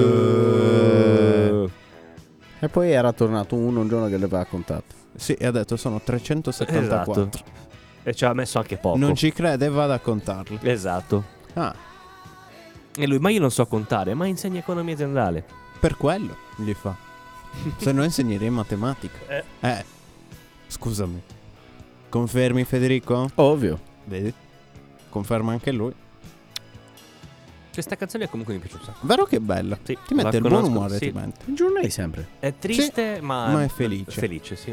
E poi era tornato un giorno che le aveva contato. Sì, e ha detto sono 374. Esatto. E ci ha messo anche poco. Non ci crede, vado a contarli. Esatto. Ah, E lui, ma io non so contare, ma insegna economia aziendale. per quello gli fa. Se no insegnerei matematica. Scusami. Confermi, Federico? Ovvio. Vedi? Conferma anche lui. Questa canzone comunque mi piace un sacco. Vero che bella. Sì, Ti mette la il buon conosco, umore, sì. ti mette. Il giorno è sempre. È triste, ma è felice. Felice, sì.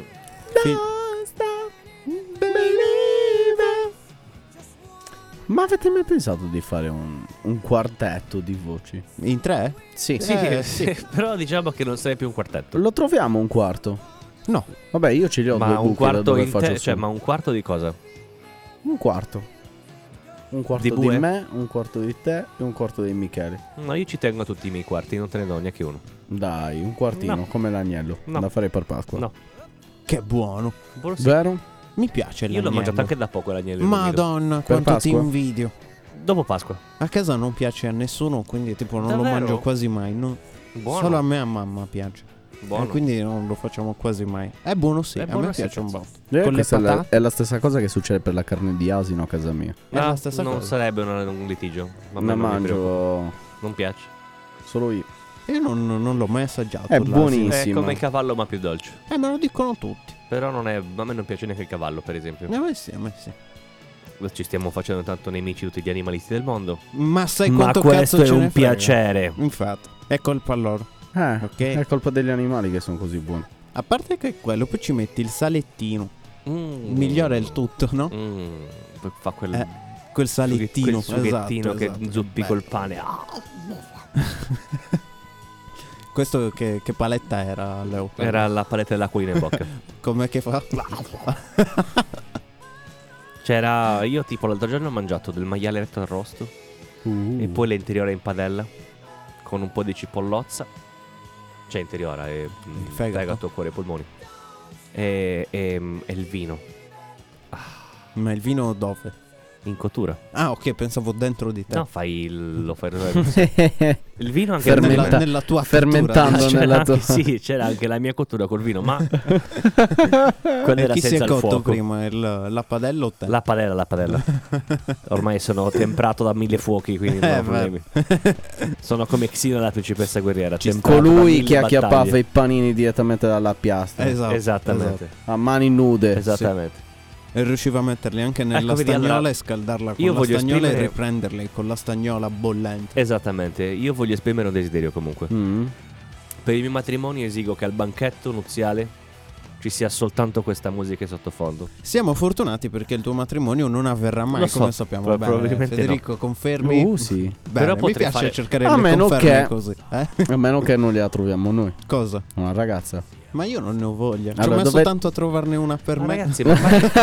Ma avete mai pensato di fare un quartetto di voci? In 3? Sì. Sì, però diciamo che non sei più un quartetto. Lo troviamo un quarto? No. Vabbè, io ce li ho due Ma un buchi da quarto dove in faccio te, su. cioè, ma un quarto di cosa? Un quarto. Un quarto Di di, bue? me, un quarto di te e un quarto di Michele. No, io ci tengo a tutti i miei quarti, non te ne do neanche uno. Dai, un quartino, No. come l'agnello. No. Da fare per Pasqua. No. Che buono. Sì. Vero? Mi piace Io l'ho mangiato anche da poco l'agnello. Madonna, Per quanto ti Pasqua? invidio. Dopo Pasqua. A casa non piace a nessuno, quindi tipo non lo Davvero? mangio quasi mai. No. Buono. Solo a me e a mamma piace. Buono. E quindi non lo facciamo quasi mai. È buono sì, È a buono me sì, piace un cazzo. botto. Con le Questa patate. è la stessa cosa che succede per la carne di asino a casa mia. È la stessa non cosa. sarebbe un litigio. Ma a me La non mi preoccupa. mangio Non piace. solo io. Io non l'ho mai assaggiato. È l'asino. buonissimo. È come il cavallo ma più dolce. Me lo dicono tutti. Però non è. A me non piace neanche il cavallo, per esempio. A me sì, a me sì. Ci stiamo facendo tanto nemici tutti gli animalisti del mondo. Ma sai Ma quanto questo cazzo è ce ne un frega? piacere. Infatti, è colpa loro. Ok. È colpa degli animali che sono così buoni. A parte che quello, poi ci metti il salettino. Migliora il tutto, no? Poi fa quel Quel salettino, quel sughettino esatto, che esatto. zuppi Bello. col pane. Ah. Questo che paletta era, Leo? Era la paletta dell'acquolina in bocca. Com'è che fa? C'era. Io tipo l'altro giorno ho mangiato del maiale retto arrosto e poi l'interiore in padella con un po' di cipollozza. Cioè interiora e fegato, cuore e polmoni. E il vino Ma il vino dove? in cottura. Ah, ok, pensavo dentro di te. No, lo fai il vino anche nella tua fermentando c'era nella anche, tua sì, c'era anche la mia cottura col vino, ma quella E era chi si senza è il cotto fuoco. prima? La padella o te? La padella. Ormai sono temprato da 1000 fuochi, quindi non ho problemi. Sono come Xena, la principessa guerriera. temprato da Colui 1000 che acchiappava battaglie. i panini direttamente dalla piastra. Esatto. Esattamente. A mani nude. Esattamente. E riusciva a metterli anche nella Ecco, vedi, stagnola allora, e scaldarla con io la voglio stagnola e esprimere- riprenderli con la stagnola bollente. Esattamente. Io voglio esprimere un desiderio comunque. Mm. Per il mio matrimonio esigo che al banchetto nuziale ci sia soltanto questa musica in sottofondo. Siamo fortunati perché il tuo matrimonio non avverrà mai, Lo so, come sappiamo. Bene, probabilmente Federico, confermi? Sì. Bene, Però mi potrei piace fare- cercare A le meno conferme che- così. A meno che non gliela troviamo noi. Cosa? Una ragazza. Ma io non ne ho voglia. Ci ho Allora, messo dove- tanto a trovarne una per Ma me. ragazzi, ma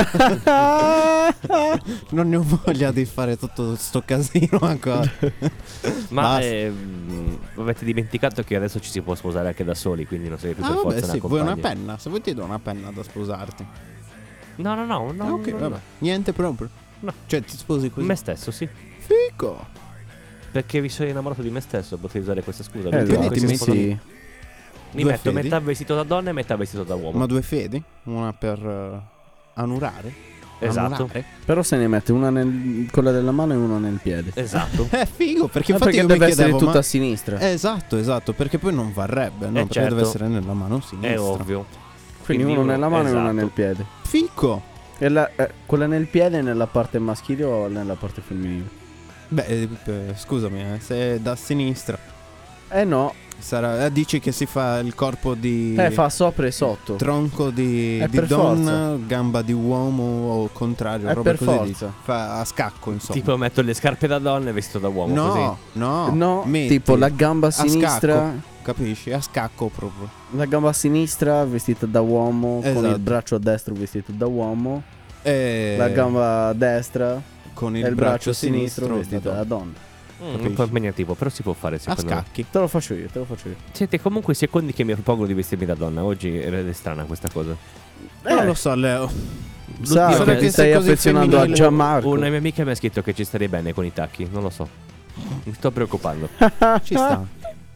Non ne ho voglia di fare tutto sto casino ancora. Ma Basta. avete dimenticato che adesso ci si può sposare anche da soli, quindi non sei più per Ah, forza vabbè, sì, una vuoi una compagna. penna? Se vuoi ti do una penna da sposarti. No. Ah, ok, no, vabbè. Niente proprio. No. Cioè, ti sposi così. Me stesso, sì. Fico. Perché mi sono innamorato di me stesso, potrei usare questa scusa. quindi ti Questi metti- Mi Due metto fedi? metà vestito da donna e metà vestito da uomo. Ma due fedi? Una per anurare? Esatto. Anulare? Però se ne mette una quella della mano e una nel piede. Esatto. È figo, perché Ah, infatti perché io deve mi essere chiedevo, tutta ma... a sinistra. Esatto, perché poi non varrebbe, no? Perché certo. deve essere nella mano sinistra. È ovvio. Quindi uno nella mano e una esatto. nel piede. Fico. E quella nel piede è nella parte maschile o nella parte femminile? Beh, scusami, se è da sinistra No. sarà, dici che si fa il corpo di Fa sopra e sotto. tronco di per donna, gamba di uomo o contrario, È roba per così forza. dici. Fa a scacco, insomma. Tipo metto le scarpe da donna e vestito da uomo così. No, metti tipo la gamba a scacco, sinistra. capisci? A scacco proprio. La gamba a sinistra vestita da uomo. Con Esatto. il braccio a destro vestito da uomo. E La gamba a destra. con E il il braccio sinistro da vestito donna. da donna. Un po' impegnativo, però si può fare A secondo me. scacchi. Te lo faccio io. Siete comunque secondi che mi propongono di vestirmi da donna. Oggi è strana questa cosa. Non lo so, Leo. Sai Solo che che ti stai sei così affezionando a femminile. Gianmarco. Una mia amica mi ha scritto che ci starei bene con i tacchi. Non lo so. Mi sto preoccupando. Ci sta.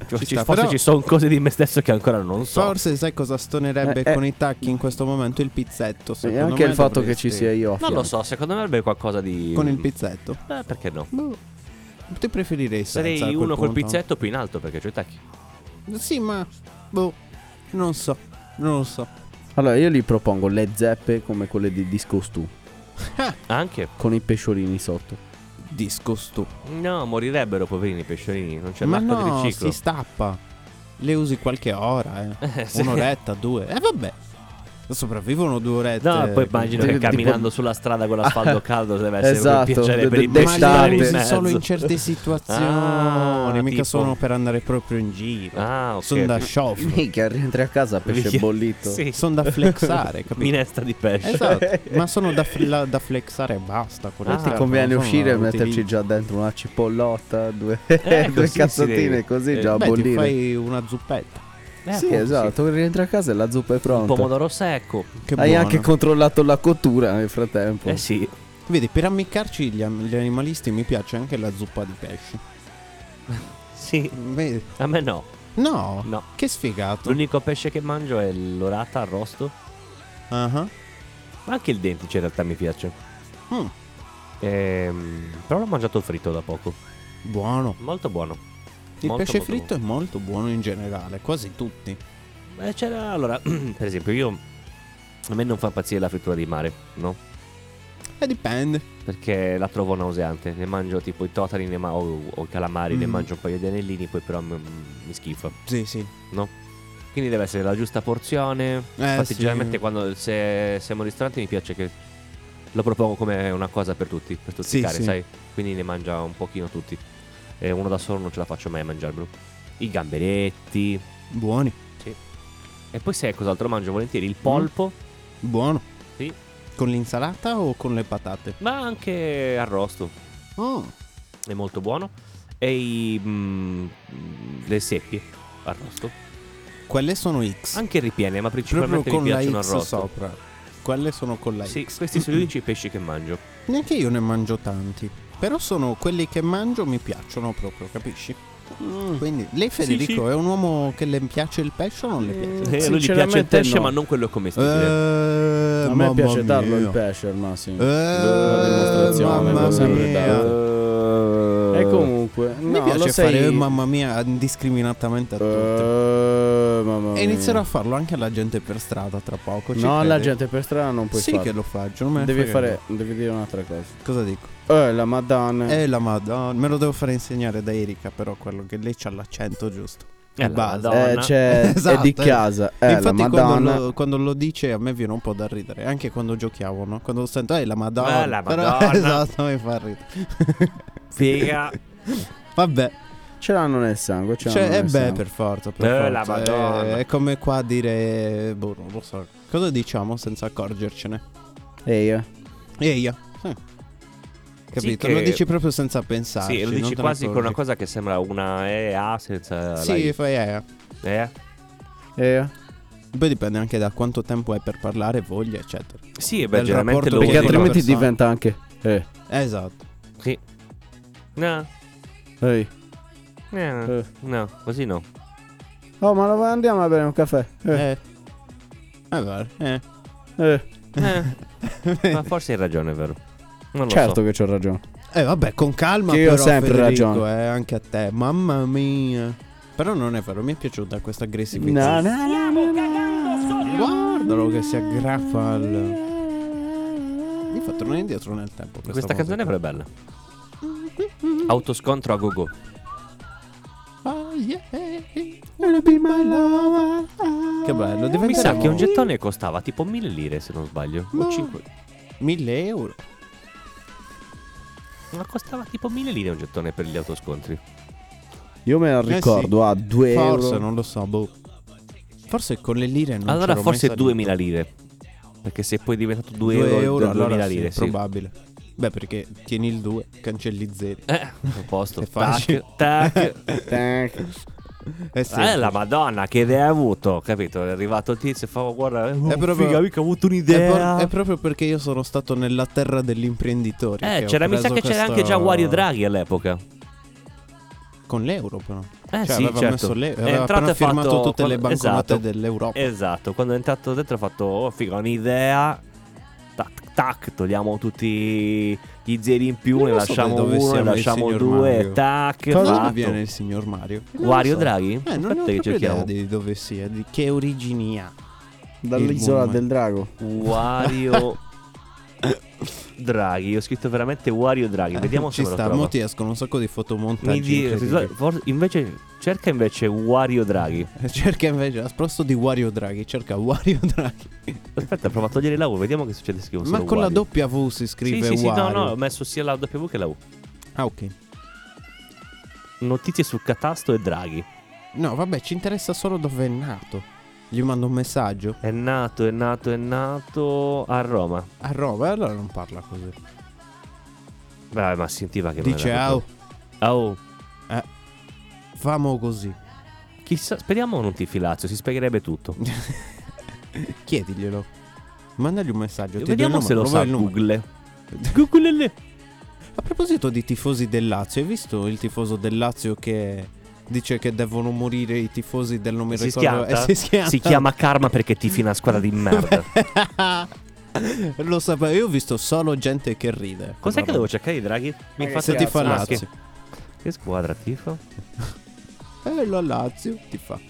sta, forse però- ci sono cose di me stesso che ancora non so. Forse sai cosa stonerebbe con i tacchi in questo momento? Il pizzetto. E Secondo anche me il fatto che dovresti- ci sia io a Non lo fianco. so, secondo me avrebbe qualcosa di... Con il pizzetto. Perché no? Ti preferirei senza, Sarei a quel uno col punto. pizzetto più in alto perché c'ho i tacchi. Sì, ma non so. Non lo so. Allora io gli propongo le zeppe come quelle di Disco Stew, Anche? con i pesciolini sotto. Discosto. No, morirebbero poverini i pesciolini. Non c'è Ma l'acqua di no, riciclo. si stappa. Le usi qualche ora, Sì. un'oretta, 2. Vabbè. Sopravvivono 2 orette. No, poi immagino che tipo- camminando sulla strada con l'asfalto caldo deve essere Esatto, un piacere per i d'estate. pesci Ma le in usi mezzo. solo in certe situazioni. Ah, mica tipo- sono per andare proprio in giro. Ah, ok. Sono da sciofro. Mica rientri a casa pesce Via- bollito. Sì. Sono da flexare, capito? Minestra di pesce. Esatto. Ma sono da flexare e basta. quello Ah, che Ti serve, conviene non sono uscire e da metterci utilizzo. già dentro una cipollotta, due così si cazzatine deve. così già a Beh, ti bollire. fai una zuppetta. Sì, esatto, rientri a casa e la zuppa è Un pronta. pomodoro secco. Che Hai buono. anche controllato la cottura nel frattempo. Eh sì. Vedi, per ammiccarci gli animalisti mi piace anche la zuppa di pesce. Sì. Vedi? A me no. No, No. che sfigato. L'unico pesce che mangio è l'orata arrosto. Ah, Ma anche il dentice in realtà mi piace. mm, Però l'ho mangiato fritto da poco. buono. Molto buono. Il Molto, pesce molto fritto è molto buono in generale, quasi tutti. C'era allora, per esempio, a me non fa impazzire la frittura di mare, no? Dipende. Perché la trovo nauseante. Ne mangio tipo i totani o i calamari, ne mangio un paio di anellini, poi però mi schifa, Sì, sì. no? Quindi deve essere la giusta porzione. Infatti, sì. generalmente quando se siamo al ristorante mi piace che lo propongo come una cosa per tutti, per stuzzicare, Sì, sì. sai? Quindi ne mangia un pochino tutti. E uno da solo non ce la faccio mai a mangiarmelo. I gamberetti. Buoni. E poi sai cos'altro mangio volentieri? Il polpo. Buono. Sì. Con l'insalata o con le patate? Ma anche arrosto. Oh. È molto buono. E le seppie arrosto. Quelle sono X. Anche ripiene, ma Proprio principalmente mi con la piacciono X arrosto. sopra. Quelle sono con la Sì, X. questi sono gli unici pesci che mangio. Neanche io ne mangio tanti. Però sono quelli che mangio mi piacciono proprio, capisci? Quindi lei Federico sì. è un uomo che le piace il pesce o non le piace? A lui gli piace il sinceramente pesce, no. ma non quello commestibile. A me piace darlo il pesce al massimo. Una dimostrazione mamma l'ho sempre mia. dato. E comunque Mi no, piace lo sai, fare mamma mia indiscriminatamente a tutti. mamma E inizierò mia. a farlo anche alla gente per strada tra poco. ci No, credi? la gente per strada non puoi Sì farlo. che lo faccio, non me ne Devi frega fare, devi dire un'altra cosa. niente. Cosa dico? La madonna. La madonna, me lo devo fare insegnare da Erika, però quello che lei c'ha l'accento giusto. Di La base. Madonna. C'è Esatto, è di casa. La Infatti madonna. quando lo dice a me viene un po' da ridere. Anche quando giochiamo, no? Quando sento la madonna. La Però, Madonna. esatto, mi fa ridere. Figa. Vabbè, Ce l'hanno nel sangue. Ce l'hanno cioè, nel sangue. per forza. Per La forza. Madonna. È come qua dire. Boh, non lo so. Cosa diciamo senza accorgercene? Ehi, Eia. Capito? che- Lo dici proprio senza pensarci. Sì, lo non dici te ne quasi con accorgi. una cosa che sembra una EA senza Sì, la fai I. Poi dipende anche da quanto tempo hai per parlare, voglia, eccetera. Sì, e beh, Del generalmente rapporto lo che perché Sì, uso. altrimenti persona. diventa anche. Esatto. Sì. No, Ehi. no, così no. Oh, ma dove andiamo a bere un caffè? Vabbè. Ma forse hai ragione, è vero. Non lo Certo so. che c'ho ragione. Vabbè, con calma. Che io ho però, sempre Federico, ragione. anche a te. Mamma mia. Però non è vero, mi è piaciuta questa aggressività. Guardalo che si aggrappa al. Mi fa tornare indietro nel tempo. Questa canzone è proprio bella. Autoscontro a go-go. Oh, yeah. Wanna be my lover. Che bello. Mi sa che un gettone gettone costava tipo 1000 lire, se non sbaglio. O No. 5. 1000 euro. Ma costava tipo 1000 lire un gettone per gli autoscontri. Io me la ricordo a 2 Forse, euro. non lo so. Boh. Forse con le lire non Allora c'ero forse mai salito. 2000 lire. Perché se poi è diventato 2 2 euro, euro 2000 allora lire, sì, sì. probabile. Beh, perché tieni il 2, cancelli i 0. A posto. È facile. Tac. Tac. La Madonna, che idea hai avuto? Capito? È arrivato il tizio e fa: guarda, È proprio- figa, mica ho avuto un'idea. È proprio perché io sono stato nella terra degli imprenditori. che ho mi sa preso che c'era questo- anche già Wario Draghi all'epoca. con l'euro però. Sì, aveva certo. messo l'euro, È aveva entrato appena e firmato fatto- tutte le quando- banconote esatto. dell'Europa. Esatto, quando è entrato dentro ha fatto, oh figa, un'idea, tac tac, togliamo tutti gli zeri in più, Non ne lo so lasciamo da dove uno, ne sia il lasciamo signor due, Mario. tac, Da dove fatto. viene il signor Mario? Wario Non lo so. Draghi? Non Aspetta ho che proprio idea cerchiamo. di dove sia, di che origini ha. Dall'isola buon del drago. Wario Draghi, ho scritto veramente Wario Draghi, vediamo se Ci me lo sta, trovo. mo ti escono un sacco di fotomontaggi Mi di- incredibili. invece cerca invece Wario Draghi. Cerca invece, a proposito di Wario Draghi, cerca Wario Draghi. Aspetta, prova a togliere la U, vediamo che succede. Scrivo Ma solo con Wario. la W si scrive Sì, no, Wario. ho messo sia la W che la U. Ah, ok. Notizie sul catasto e Draghi. No, vabbè, ci interessa solo dove è nato. Gli mando un messaggio. È nato a Roma. A Roma, allora non parla così. Beh, ma sentiva che Dice non era au, proprio- famo così. Chissà, speriamo non ti Lazio, si spiegherebbe tutto. Chiediglielo. Mandagli un messaggio. ti do il Vediamo se lo numero, sa vuoi il numero? Google. Google. A proposito di tifosi del Lazio, hai visto il tifoso del Lazio che dice che devono morire i tifosi del non mi Si ricordo schianta? si schianta. Si chiama Karma perché tifi una squadra di merda. Lo sapevo, io ho visto solo gente che ride. Cos'è che devo cercare di Draghi? Se ti fa Ah, Lazio. che squadra tifa? La Lazio ti fa.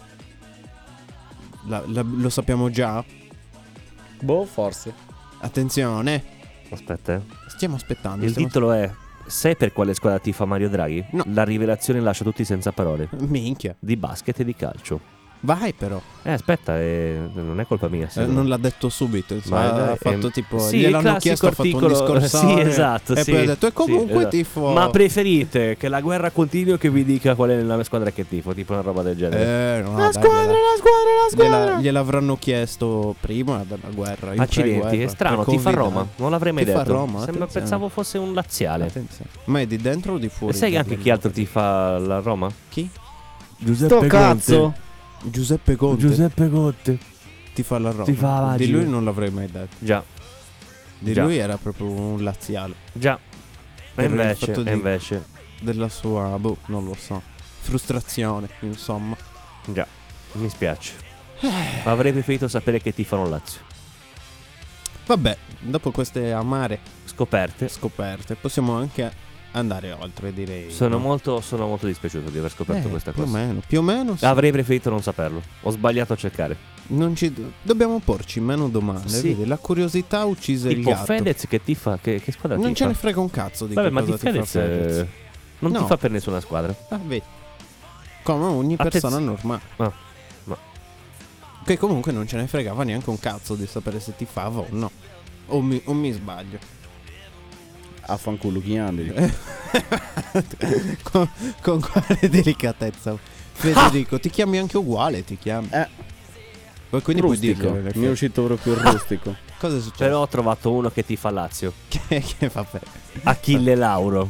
Lo sappiamo già? Boh, forse. Attenzione, Aspetta, stiamo aspettando. Il stiamo titolo è: sai per quale squadra tifa Mario Draghi? No. La rivelazione lascia tutti senza parole. Minchia. Di basket e di calcio. Vai però. Aspetta, non è colpa mia. Non l'ha detto subito. Ma dai, ha fatto tipo. sì, il gliel'hanno classico chiesto, ha fatto un articolo. discorso. Sì, esatto. E sì, poi ha detto: e comunque sì, esatto. tifo. Ma preferite che la guerra continui o che vi dica qual è la squadra che tifo? Tipo una roba del genere. No, La dai, squadra. gliel'avranno chiesto prima della guerra. in Accidenti, pre-guerra, è strano, per tifa Covid, Roma. Non l'avrei mai Tifa detto. Roma, Sembra, attenzione. pensavo fosse un laziale. Attenzione. Ma è di dentro o di E fuori? sai anche chi altro tifa la Roma? Chi? Giuseppe Sto cazzo. Giuseppe Conte. Giuseppe Conte. Ti fa la Roma. Tifa la Di Lazio. lui non l'avrei mai detto. Già, Di Già. lui era proprio un laziale. già. Per il E fatto di- invece, Della sua, non lo so, frustrazione, insomma. già, mi spiace. Avrei preferito sapere che tifano Lazio. Vabbè, dopo queste amare Scoperte. scoperte, possiamo anche andare oltre, direi. Sono no? molto dispiaciuto di aver scoperto questa più o cosa. meno, più o meno sì. Avrei preferito non saperlo. Ho sbagliato a cercare. Non ci dobbiamo porci meno domande, Sì. vedi? La curiosità ha ucciso il Tipo gatto. Fedez che tifa. Che squadra Non tifa? ce ne frega un cazzo di Vabbè, che ma di cosa ti fa Fedez non No. tifa per nessuna squadra. Ah, vedi. Come ogni persona normale. Ah, ma Che comunque non ce ne fregava neanche un cazzo di sapere se ti fava o no. O mi sbaglio. Affanculo chi andi. con quale delicatezza. Federico, ti chiami anche uguale, ti chiami. Poi quindi puoi Rustico. dirlo. Mi è uscito proprio il rustico. Cosa è successo? però ho trovato uno che tifa Lazio. che vabbè. Achille Lauro.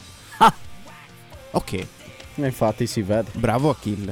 Ok, Infatti si vede. bravo Achille.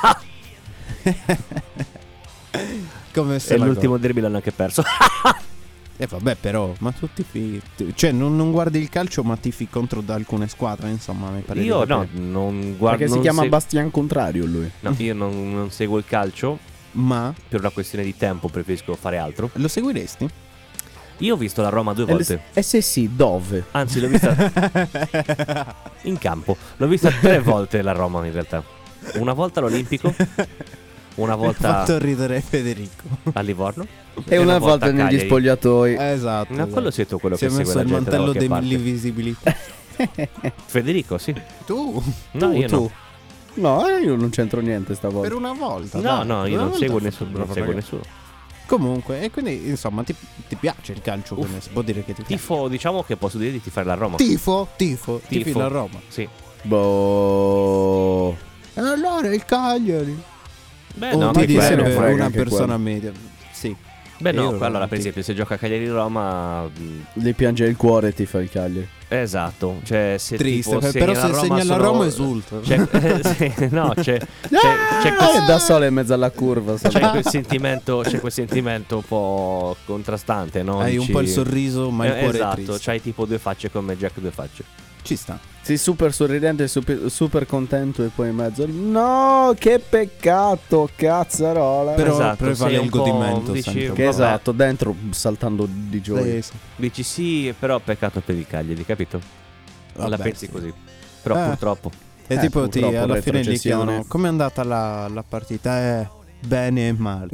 Come se E la l'ultimo derby l'hanno anche perso. vabbè, però, ma tu tifi. Cioè, non guardi il calcio, ma tifi contro da alcune squadre, insomma, mi pare. Io di no, capire. non guardo. Perché si non chiama se- Bastian Contrario lui. No, io non seguo il calcio. Ma Per una questione di tempo preferisco fare altro. lo seguiresti? Io ho visto la Roma 2 volte. E se sì, dove? Anzi, l'ho vista in campo. L'ho vista 3 volte la Roma in realtà. Una volta all'Olimpico, una Ha volta fatto ridere Federico. a Livorno E una volta a negli Cagliari. spogliatoi. Esatto. No, quello sei tu quello si è che segue messo la il gente da mantello qualche parte. dell'invisibilità. Federico, sì. Tu? No, io no. No, io non c'entro niente stavolta. Per una volta. No, dai. no, io Una non volta seguo fa- nessuno. Non bravo, seguo ragazzi. nessuno. Comunque, e quindi, insomma, ti piace il calcio? Quindi si può dire che ti piace. Tifo, diciamo che posso dire di tifare la Roma. Tifo. Tifi la Roma. Sì. Boh. E allora il Cagliari. Beh, O no, ti che dice quello- frega una anche persona quello. media. Sì. Beh, no, Io allora, non per ti- esempio, se gioca a Cagliari-Roma. Gli piange il cuore e ti fa il Cagliari. Esatto. Cioè, se Triste, tipo però se segna la sono- Roma esulta. Sì, no, c'è Da solo in mezzo alla curva. c'è quel sentimento un po' contrastante, no? Hai un Dici- po' il sorriso, ma il cuore è esatto, triste. c'hai tipo due facce come Jack due facce. Ci sta. Sì, super sorridente, super contento e poi in mezzo no, che peccato, cazzarola. Però Esatto, prevale sei un il po', godimento dici, sempre. Che vabbè. esatto, dentro saltando di gioia. Dici sì, però peccato per il Cagliari, capito? La Vabbè, pensi sì. così. Però purtroppo. E tipo purtroppo, alla fine gli retrocessione. chiedono com'è andata la partita? Bene e male.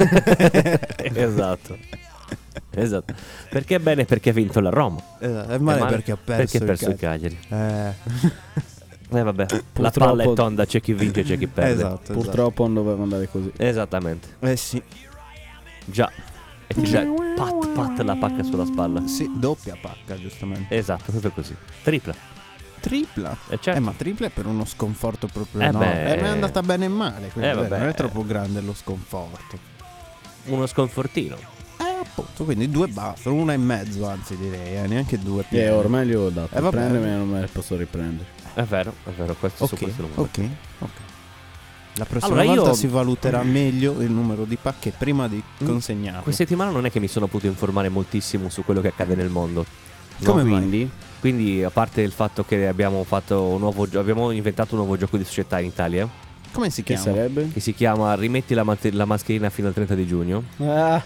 Esatto. Esatto. Perché è bene? Perché ha vinto la Roma. È male perché ha perso, il Cagliari. Vabbè. La Purtroppo- palla è tonda, c'è chi vince, c'è chi perde. Esatto. Purtroppo non doveva andare così. Esattamente. Sì. Già. E ti dà pat la pacca sulla spalla. Sì, doppia pacca, giustamente. Esatto, proprio così. Tripla. Tripla? Certo. Ma tripla è per uno sconforto proprio Eh enorme. beh. Mi è andata bene e male, quindi vabbè. non è troppo grande lo sconforto. Uno sconfortino. Appunto, quindi 2 basta, 1,5 anzi direi, neanche 2 più. Ormai gli ho dato. vabbè. Prendemi e non me le posso riprendere. È vero, questo su Ok, questo non va. ok. La prossima Allora, volta io- si valuterà meglio il numero di pacche prima di consegnarlo. Questa settimana non è che mi sono potuto informare moltissimo su quello che accade nel mondo. Come mai? Quindi? A parte il fatto che abbiamo fatto un nuovo abbiamo inventato un nuovo gioco di società in Italia Come si Che chiama? sarebbe? che si chiama Rimetti la mascherina fino al 30 di giugno. Ah,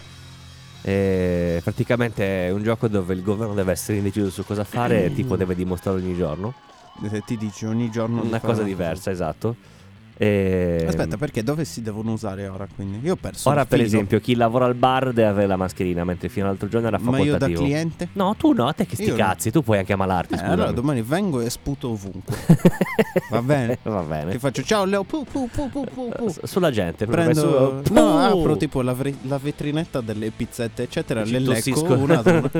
E praticamente è un gioco dove il governo deve essere indeciso su cosa fare e tipo deve dimostrare ogni giorno. Ti dici ogni giorno di Una fare cosa diversa, esatto. E Aspetta, perché dove si devono usare ora quindi? Io ho perso ora il per filo. esempio chi lavora al bar deve avere la mascherina, mentre fino all'altro giorno era Ma facoltativo. io da cliente? No, tu no, a te che sti Io no. cazzi, tu puoi anche ammalarti, scusa. Allora domani vengo e sputo ovunque. Va bene? Va Ti bene. faccio ciao Leo, pu. Sulla gente, proprio Prendo, messo- no, apro tipo la vetrinetta delle pizzette eccetera, Ci le lecco tossisco. una ad una.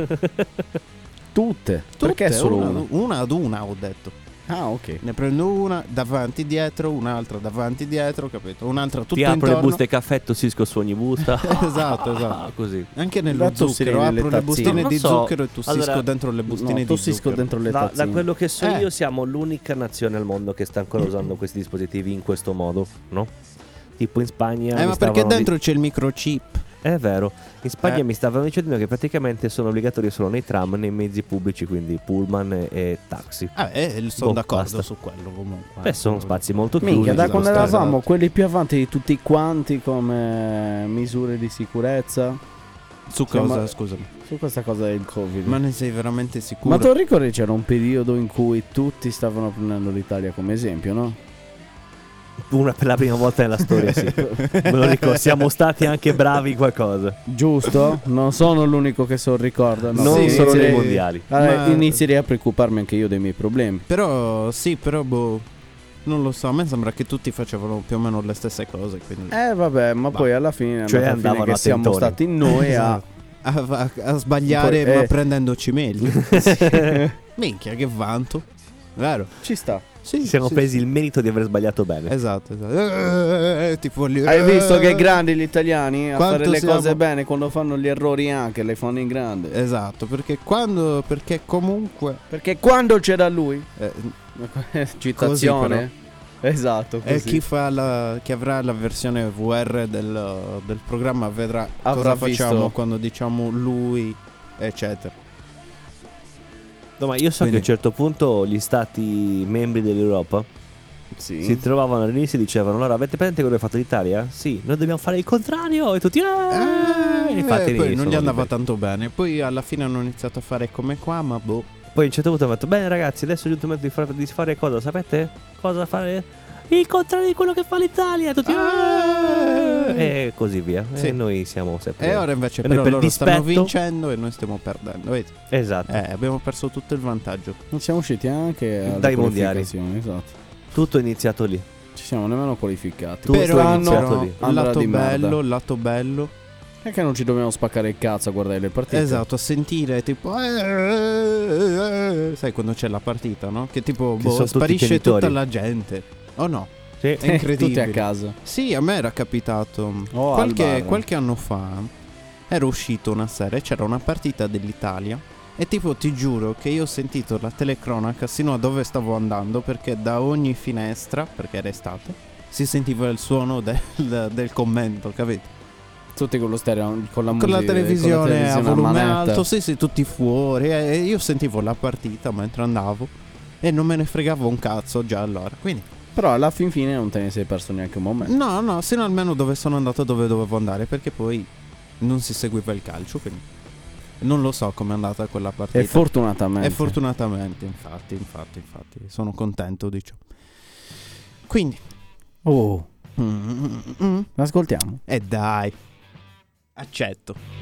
tutte. Perché solo una? Una ad una ho detto. Ah, ok. Ne prendo una davanti dietro, un'altra davanti dietro, capito? Un'altra tutto Ti apro intorno. le buste caffè, tossisco su ogni busta. Esatto. Così. Anche nello Da tossire zucchero nelle apro le tazzine. bustine Non di so. zucchero e tossisco Allora, dentro le bustine No, di tossisco zucchero. dentro le Da tazzine. quello che so io siamo l'unica nazione al mondo che sta ancora usando questi dispositivi in questo modo, no? Tipo in Spagna mi ma perché stavano dentro c'è il microchip. È vero, in Spagna mi stavano dicendo che praticamente sono obbligatori solo nei tram, nei mezzi pubblici, quindi pullman e taxi. Sono d'accordo basta. su quello comunque. Beh, sono spazi molto chiusi. Minchia, da ci quando sono state- eravamo quelli più avanti di tutti quanti come misure di sicurezza. Su Siamo- cosa, scusami? Su questa cosa del Covid. Ma ne sei veramente sicuro? Ma tu ricordi c'era un periodo in cui tutti stavano prendendo l'Italia come esempio, no? Una per la prima volta nella storia, sì. Me lo ricordo, siamo stati anche bravi in qualcosa. Giusto? Non sono l'unico che se lo ricorda. No. Non Sì, solo sì. nei mondiali. Allora, Ma- inizierei a preoccuparmi anche io dei miei problemi. Però non lo so, a me sembra che tutti facevano più o meno le stesse cose, quindi Vabbè, ma poi alla fine Cioè, alla fine andavano che a siamo tentoni. stati noi a a sbagliare Poi, ma prendendoci meglio. Minchia, che vanto. Vero? Ci sta. Sì, Ci siamo sì, presi sì. il merito di aver sbagliato bene. Esatto. Tipo lì. Hai visto che grandi gli italiani a Quanto fare le siamo- cose bene, quando fanno gli errori anche le fanno in grande. Esatto, perché comunque Perché quando c'era lui, così citazione. Esatto, e così. chi avrà la versione VR del programma vedrà Avrà cosa facciamo visto. quando diciamo lui, eccetera. No, ma io so Quindi- che a un certo punto gli stati membri dell'Europa Sì. si trovavano all'inizio e dicevano: allora, avete presente quello che ha fatto l'Italia? Sì, noi dobbiamo fare il contrario. E tutti infatti Poi sono non gli andava liberi. tanto bene. Poi alla fine hanno iniziato a fare come qua, ma boh. Poi a un certo punto hanno detto: bene ragazzi, adesso è giunto il momento di fare cosa? Sapete? Cosa fare? Il contrario di quello che fa l'Italia. Tutti e così via. Sì. E noi siamo sempre. E ora invece E noi però per loro stanno dispetto- vincendo e noi stiamo perdendo. Vedi? Esatto. Abbiamo perso tutto il vantaggio. Non siamo usciti anche alle Dai mondiali. qualificazioni, esatto. Tutto è iniziato lì. Ci siamo nemmeno qualificati. Tutto è Però, iniziato lì. andrà di merda. lato bello. È che non ci dobbiamo spaccare il cazzo a guardare le partite. Esatto, a sentire tipo sai quando c'è la partita, no? Che tipo Che sono tutti sparisce genitori. tutta la gente. Oh no, Sì. è incredibile. Tutti a casa. Sì, a me era capitato Oh, al bar. qualche anno fa. Era uscito una serie, c'era una partita dell'Italia. E tipo ti giuro che io ho sentito la telecronaca sino a dove stavo andando, perché da ogni finestra, perché era estate, si sentiva il suono del commento, capito? Tutti con lo stereo, con la Con musica, la televisione a volume manetta. alto, sì, tutti fuori. E io sentivo la partita mentre andavo. e non me ne fregavo un cazzo già allora. Quindi Però alla fin fine non te ne sei perso neanche un momento. no, sino almeno dove sono andato, dove dovevo andare, perché poi non si seguiva il calcio, quindi non lo so com'è andata quella partita. E fortunatamente. E fortunatamente, infatti, sono contento, diciamo. Quindi Oh, l'ascoltiamo. dai, accetto.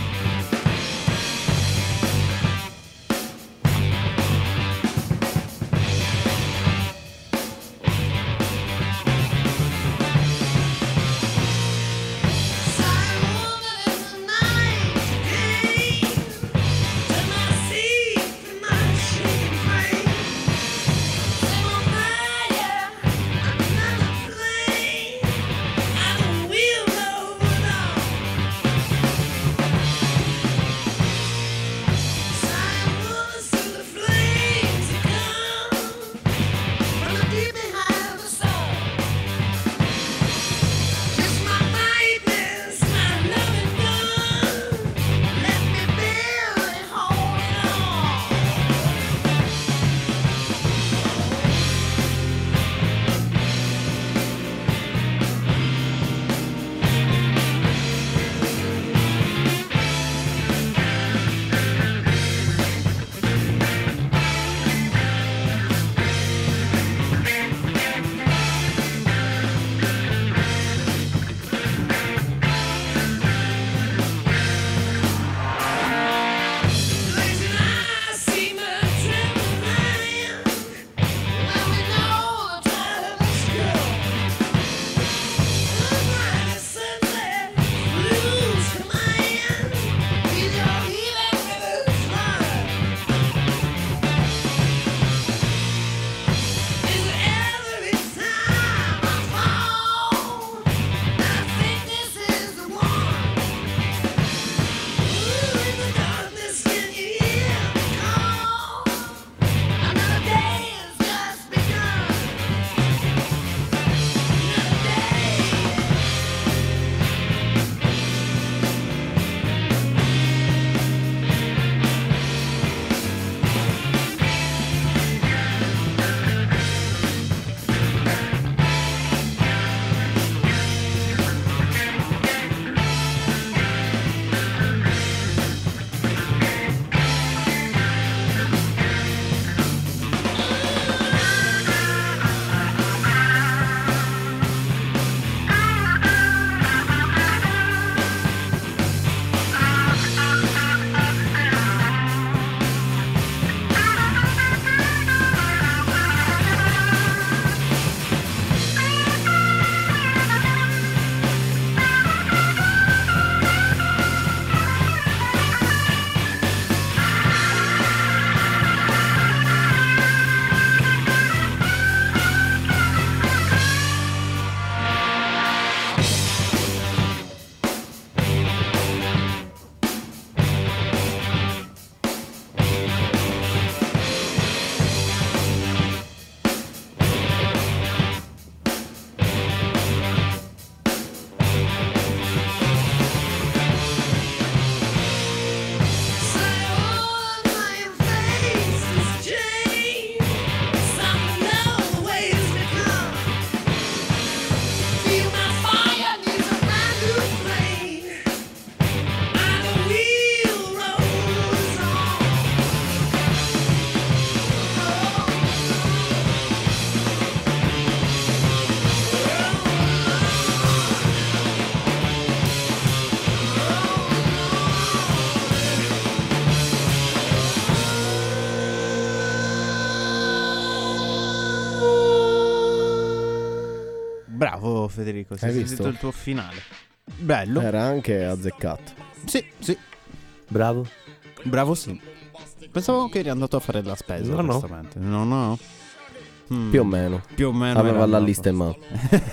Bravo Federico, Hai hai visto? sentito il tuo finale. Bello. Era anche azzeccato. Sì, sì. Bravo. Bravo sì. Pensavo che eri andato a fare la spesa, No, no. onestamente. No. Più o meno. Più o meno. Aveva era la andato. lista in mano.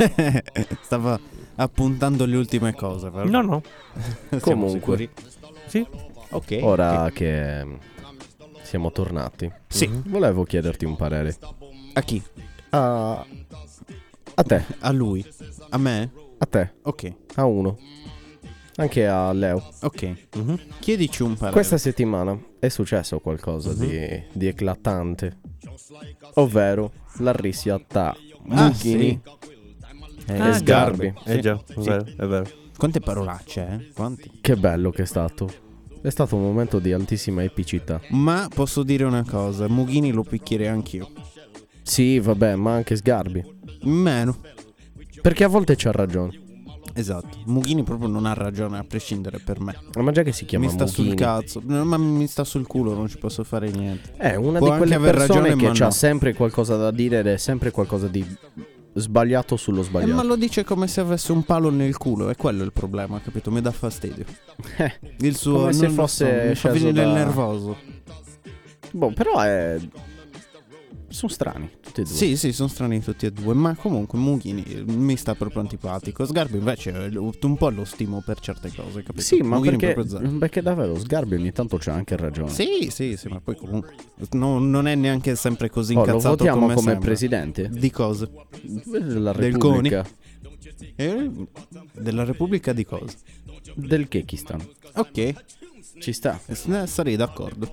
Stava appuntando le ultime cose, però. No. Siamo Comunque. sicuri? Sì. Ok. Ora ok. che siamo tornati, Sì. volevo chiederti un parere. A chi? A te, A lui. A me? a te, Ok. a uno. Anche a Leo. Ok. Chiedici un parere. Questa settimana è successo qualcosa di eclatante. ovvero la rissa tra Mughini e Sgarbi. Già, è vero. Quante parolacce, eh? Quanti? Che bello che è stato. È stato un momento di altissima epicità. Ma posso dire una cosa, Mughini lo picchierei anch'io. Sì, vabbè, ma anche Sgarbi. Meno. Perché a volte c'ha ragione. Esatto, Mughini proprio non ha ragione a prescindere per me. Ma già che si chiama Mi sta Mughini. sul cazzo, no, ma mi sta sul culo, non ci posso fare niente. È una Può di quelle anche aver persone ragione, che ma ha no. sempre qualcosa da dire ed è sempre qualcosa di sbagliato sullo sbagliato. Ma lo dice come se avesse un palo nel culo, è quello il problema, capito? Mi dà fastidio. Il suo come se non lo fosse so, mi fa sceso venire il da- nervoso. Boh, però è... sono strani tutti e due. Sì, sono strani tutti e due, ma comunque Mughini mi sta proprio antipatico. Sgarbi invece un po' lo stimo per certe cose, capito? Sì, ma Mughini perché, proprio zero. perché davvero Sgarbi ogni tanto c'ha anche ragione. Sì, ma poi comunque non è neanche sempre così Lo incazzato votiamo come sembra. presidente Di cosa? della Del CONI? Repubblica Della Repubblica di cosa? del Kekistan. Ok, Ci sta. sarei d'accordo.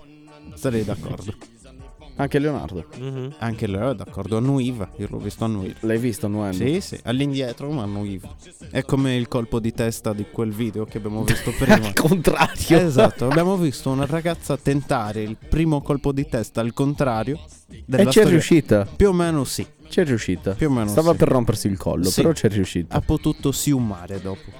Anche Leonardo. Anche lei è d'accordo. Annuiva, io l'ho visto annuire. L'hai visto Noemi? Sì, all'indietro ma annuiva. È come il colpo di testa di quel video che abbiamo visto prima. Al contrario. Esatto, abbiamo visto una ragazza tentare il primo colpo di testa al contrario della E c'è storia. riuscita. Più o meno sì. C'è riuscita. Più o meno Stava sì. per rompersi il collo, Sì. però c'è riuscita. Ha potuto siumare dopo.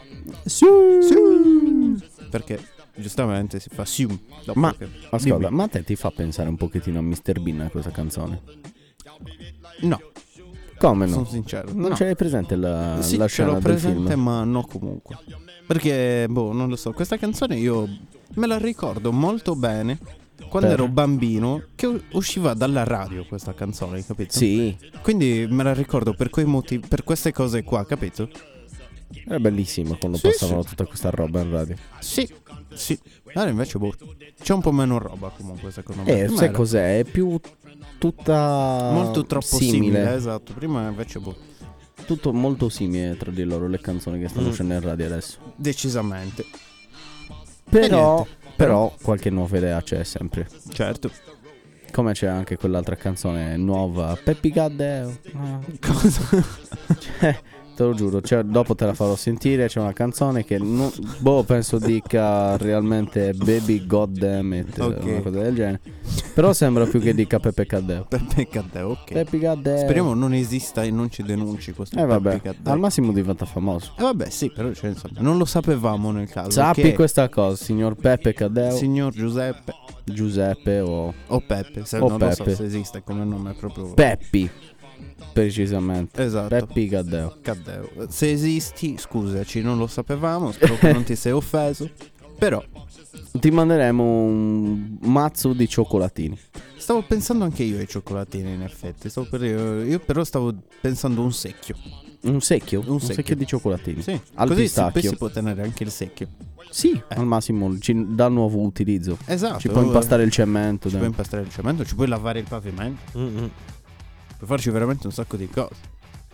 Perché giustamente si fa sium dopo Ma che... ascolta, Dimmi. ma a te ti fa pensare un pochettino a Mr. Bean questa canzone? No, Come no? sono sincero. Non no. c'è presente la Sì, la ce l'ho scena del presente, film? ma no comunque. Perché, non lo so, questa canzone io me la ricordo molto bene quando Per? ero bambino, che usciva dalla radio questa canzone, capito? Sì, Quindi me la ricordo per quei motivi, per queste cose qua, capito? era bellissimo quando Sì, passavano sì. tutta questa roba in radio. Sì. Allora invece, c'è un po' meno roba comunque, secondo me. Prima Sai era cos'è? È più tutta molto troppo simile, esatto. Prima invece, Tutto molto simile tra di loro le canzoni che stanno uscendo in radio adesso. decisamente. Però, niente. però qualche nuova idea c'è sempre. Certo. Come c'è anche quell'altra canzone nuova, Peppi Gaddeo. Cosa? Cioè, te lo giuro, dopo te la farò sentire. C'è una canzone che penso dica realmente Baby Goddamn It, Ok. una cosa del genere. Però sembra più che dica Peppe Caddeo. Peppe Caddeo, ok. Peppi Gaddeo. Speriamo non esista e non ci denunci questo Vabbè, Peppe Caddeo. al massimo diventa famoso. Vabbè, sì, però cioè, insomma, non lo sapevamo nel caso. Sappi che questa cosa, signor Peppe Caddeo, signor Giuseppe Giuseppe o Peppe, se O non lo so Peppe. se esiste come nome è proprio Peppi, precisamente. Esatto. Peppi Caddeo. Caddeo. Se esisti, scusaci, non lo sapevamo, spero che non ti sei offeso. Però Ti manderemo un mazzo di cioccolatini. stavo pensando anche io ai cioccolatini, in effetti. Io però stavo pensando un secchio. Un secchio? Un secchio. di cioccolatini. Sì. Al Così pistacchio. poi si può tenere anche il secchio. Sì, al massimo ci dà nuovo utilizzo. Esatto. Ci puoi impastare il cemento. Ci puoi impastare il cemento, ci puoi lavare il pavimento. Puoi farci veramente un sacco di cose.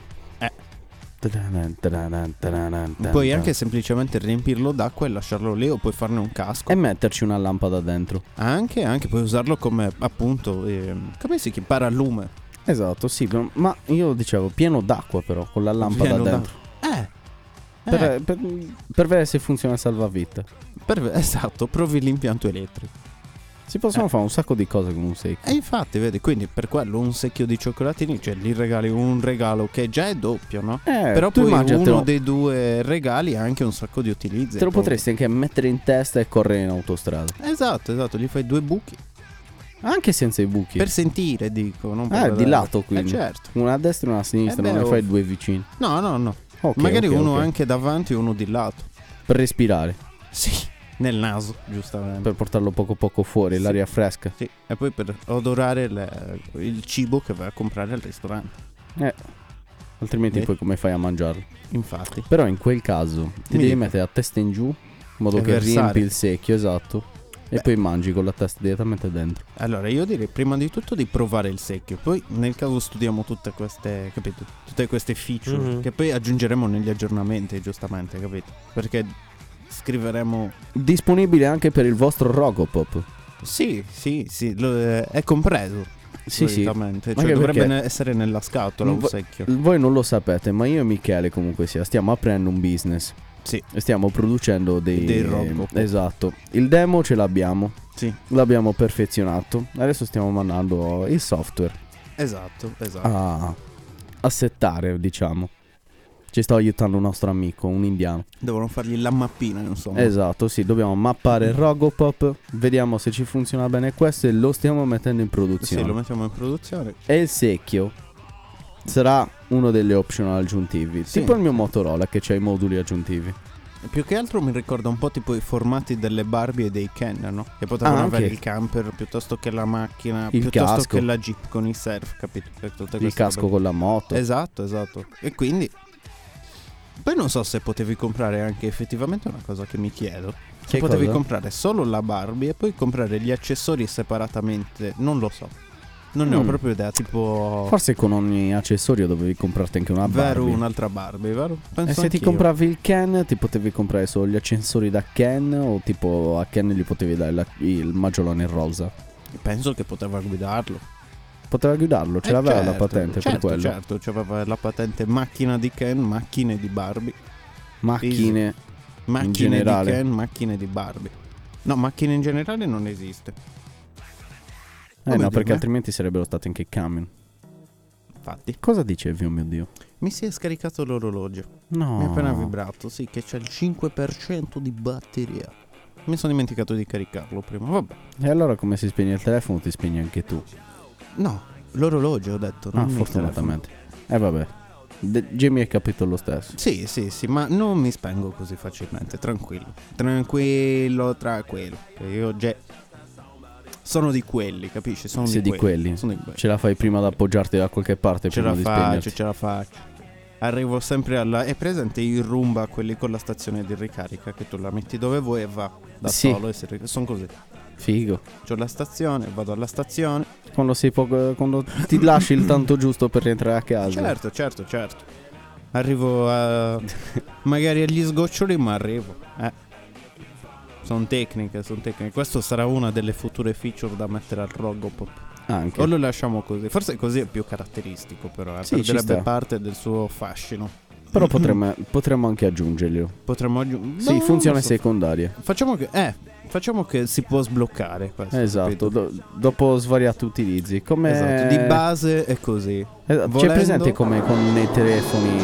Puoi anche semplicemente riempirlo d'acqua e lasciarlo lì, o puoi farne un casco. E metterci una lampada dentro. Anche puoi usarlo come appunto come si chiama? Paralume. Esatto, sì. Ma io dicevo pieno d'acqua però, con la lampada Pieno dentro. Per vedere se funziona il salvavita. Esatto, provi l'impianto elettrico. Si possono fare un sacco di cose con un secchio. E infatti, vedi, quindi per quello un secchio di cioccolatini, cioè gli regali un regalo che già è doppio, no? Però tu poi immaginatelo. uno dei due regali ha anche un sacco di utilizzi. Te lo poi. potresti anche mettere in testa e correre in autostrada. Esatto, gli fai 2 buchi. Anche senza i buchi. Per sentire, dico, non per di vedere. lato quindi. Certo. Una a destra e una a sinistra, non ne fai due vicini. No. Ok, Magari ok, uno ok. anche davanti e uno di lato. Per respirare, Sì, nel naso, giustamente. per portarlo poco fuori, l'aria fresca. Sì, e poi per odorare il cibo che vai a comprare al ristorante. Altrimenti Beh. poi come fai a mangiarlo? Infatti. Però in quel caso ti Mi devi dica. mettere a testa in giù, in modo E che versare. riempi il secchio, esatto. E Beh. poi mangi con la testa direttamente dentro. Allora io direi prima di tutto di provare il secchio. Poi nel caso studiamo tutte queste, capito? Tutte queste feature che poi aggiungeremo negli aggiornamenti, giustamente, capito? Perché scriveremo. Disponibile anche per il vostro Rogopop. Sì, è compreso. Sì, sì. solitamente. Anche Cioè dovrebbe perché- essere nella scatola un secchio. Voi non lo sapete, ma io e Michele comunque sia stiamo aprendo un business. Sì. E stiamo producendo dei Robocop. Esatto. Il demo ce l'abbiamo. Sì. L'abbiamo perfezionato. Adesso stiamo mandando il software Esatto. a settare, diciamo. Ci sta aiutando un nostro amico, un indiano. Devono fargli la mappina, insomma. Esatto, sì, dobbiamo mappare il Robocop. Vediamo se ci funziona bene questo e lo stiamo mettendo in produzione. Sì, lo mettiamo in produzione. E il secchio sarà uno delle optional aggiuntivi. Sì. Tipo il mio Motorola che c'ha i moduli aggiuntivi. Più che altro mi ricorda un po' tipo i formati delle Barbie e dei Ken, no? Che potevano anche. avere il camper piuttosto che la macchina, Il piuttosto casco. che la Jeep con i surf, capito? Per tutte Il queste casco robe. con la moto. Esatto. E quindi poi non so se potevi comprare anche effettivamente una cosa che mi chiedo. Se Che potevi cosa? comprare solo la Barbie e poi comprare gli accessori separatamente, non lo so. Non ne ho proprio idea, tipo Forse con ogni accessorio dovevi comprarti anche una vero, Barbie. un'altra Barbie, vero? Penso E se ti anch'io. compravi il Ken, ti potevi comprare solo gli accessori da Ken, o tipo a Ken gli potevi dare il maggiolone rosa. Penso che poteva guidarlo. Poteva guidarlo, ce l'aveva la Certo, patente certo, per quello. Certo, c'aveva la patente macchina di Ken, macchine di Barbie. Macchine Macchine generale. di Ken, macchine di Barbie. No, macchine in generale non esiste. Come no, dire, perché altrimenti sarebbero stati anche camion. Infatti. Cosa dicevi, oh mio Dio? Mi si è scaricato l'orologio. No. Mi è appena vibrato, sì, che c'è il 5% di batteria. Mi sono dimenticato di caricarlo prima, vabbè. E allora come si spegne il telefono ti spegni anche tu. No, l'orologio ho detto, non il fortunatamente. Vabbè. Jimmy ha capito lo stesso. Sì, ma non mi spengo così facilmente, tranquillo. Tranquillo. Che io già sono di quelli, capisci? Sono Sei di quelli. Ce la fai prima ad appoggiarti da qualche parte prima di spegnerti. Ce la faccio. Arrivo sempre alla... È presente il Roomba, quelli con la stazione di ricarica, che tu la metti dove vuoi e va da Sì. solo. Sono così. Figo. C'ho la stazione, vado alla stazione. Quando ti lasci il tanto giusto per rientrare a casa. Certo. Arrivo a... magari agli sgoccioli, ma arrivo. Sono tecniche. Questo sarà una delle future feature da mettere al Robocop. Anche. O lo lasciamo così. Forse così è più caratteristico, però. Sì, ci perderebbe sta. parte del suo fascino. Però potremmo anche aggiungerlo. Potremmo aggiungere. Sì, funzione secondaria. Facciamo che si può sbloccare questo. Esatto, capito? dopo svariati utilizzi. Come Esatto, di base è così. C'è Volendo- presente come con i telefoni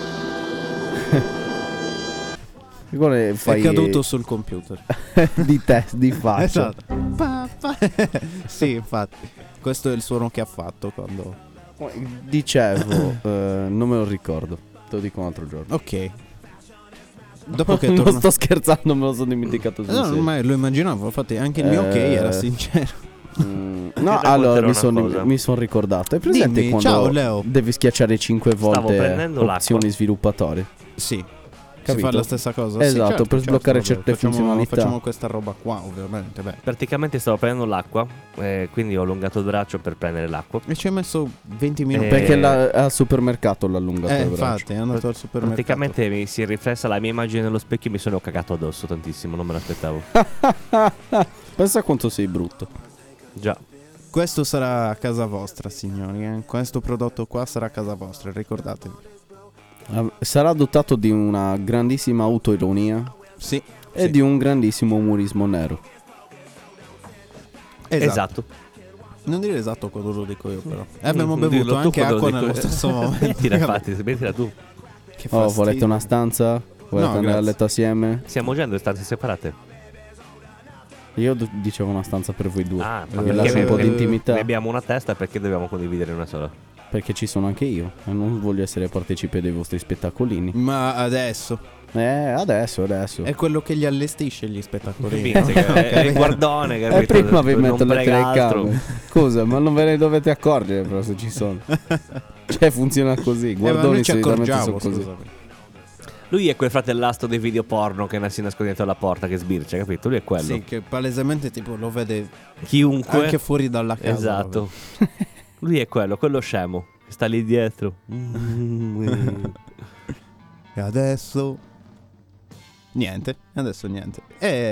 come fai È caduto sul computer. di faccia. Esatto. Sì, infatti. Questo è il suono che ha fatto quando... Dicevo, non me lo ricordo. Te lo dico un altro giorno. Ok. Dopo che non torna... sto scherzando, me lo sono dimenticato sul No, serio. ma lo immaginavo. Infatti anche il mio ok era sincero. No, allora mi sono ricordato. È presente Dimmi, quando ciao, Leo. devi schiacciare 5 volte prendendo opzioni l'acqua. sviluppatori? Sì. Capito? Si fa la stessa cosa. Esatto, Sì, certo, per sbloccare vabbè, certe funzionalità. Facciamo questa roba qua, ovviamente. Beh. Praticamente stavo prendendo l'acqua, quindi ho allungato il braccio per prendere l'acqua. E ci hai messo 20 minuti. Perché al supermercato l'ha allungato il braccio. Infatti, è andato al supermercato. Praticamente mi si è riflessa la mia immagine nello specchio e mi sono cagato addosso tantissimo, non me l'aspettavo. Pensa quanto sei brutto. Già. Questo sarà a casa vostra, signori. Questo prodotto qua sarà a casa vostra, ricordatevi. Sarà dotato di una grandissima autoironia. Sì. E di un grandissimo umorismo nero. Esatto. Non dire esatto quando lo dico io, però. Abbiamo Dillo bevuto tu anche quando acqua lo nello dico. stesso momento. Smettila tu. Che Oh, fastidio. volete una stanza? Volete andare a grazie. letto assieme? Siamo già in due stanze separate. Io dicevo una stanza per voi due. Ma Vi perché lascio un po' di intimità. Ne abbiamo una testa, perché dobbiamo condividere una sola? Perché ci sono anche io. E non voglio essere partecipe dei vostri spettacolini. Ma adesso Adesso. è quello che li allestisce gli spettacolini. È il guardone che E prima vi non metto le prega altro. telecamere. Scusa, ma non ve ne dovete accorgere però se ci sono. Cioè funziona così. Ma noi Guardoni ci solitamente accorgiamo, sono così. scusami. Lui è quel fratellastro dei video porno che si nasconde dietro la porta, che sbircia, capito? Lui è quello. Sì, che palesemente tipo lo vede Chiunque. anche fuori dalla casa. Esatto. Lui è quello scemo che sta lì dietro. E adesso niente.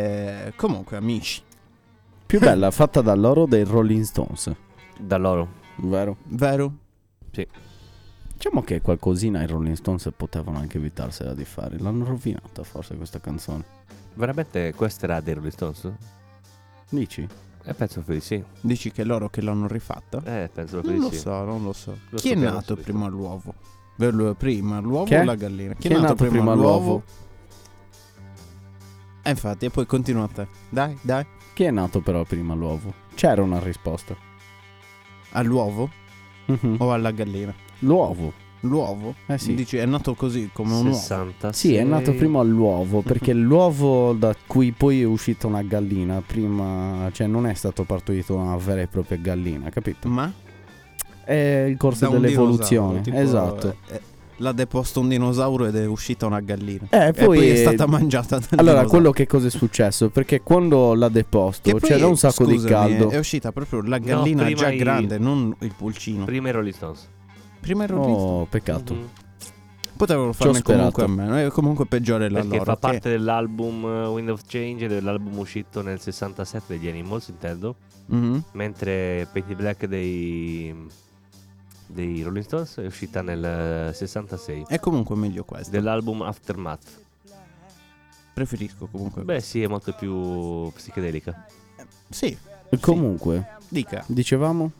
Comunque, amici. Più bella fatta da loro dei Rolling Stones. Da loro. Vero? Vero? Sì. Diciamo che qualcosina i Rolling Stones potevano anche evitarsela di fare. L'hanno rovinata forse questa canzone. Veramente questa era dei Rolling Stones? Dici? Penso di sì. Dici che loro che l'hanno rifatta? Penso Non di lo sì. so, non lo so. Lo Chi è sappiamo nato subito. prima l'uovo? Prima l'uovo Che? o la gallina? Chi è nato prima l'uovo? Infatti, e poi continua a te. Dai. Chi è nato però prima l'uovo? C'era una risposta. All'uovo Mhm. o alla gallina? L'uovo. L'uovo? Sì. Dici è nato così come un uovo? 66. Sì, è nato prima l'uovo, perché l'uovo da cui poi è uscita una gallina, prima, cioè non è stato partorito una vera e propria gallina, capito? Ma? È il corso Da un dell'evoluzione, dinosauro, tipo, esatto. L'ha deposto un dinosauro ed è uscita una gallina. E E poi è stata mangiata dal Allora, dinosauro. quello che cosa è successo? Perché quando l'ha deposto Che poi, c'era un sacco di scusami, caldo. È uscita proprio la gallina prima già i- grande, non il pulcino. Prima i Rolling Stones. Prima ero lì. Oh, peccato. Mhm. Potevano Ci ho farne comunque a sperato. meno. È comunque peggiore la Perché loro. fa che- parte dell'album Wind of Change, dell'album uscito nel 67 degli Animals, intendo. Mhm. Mentre Painted Black dei Rolling Stones è uscita nel 66. È comunque meglio questo. Dell'album Aftermath. Preferisco comunque. Beh sì, è molto più psichedelica. Sì. Comunque, Dica. dicevamo?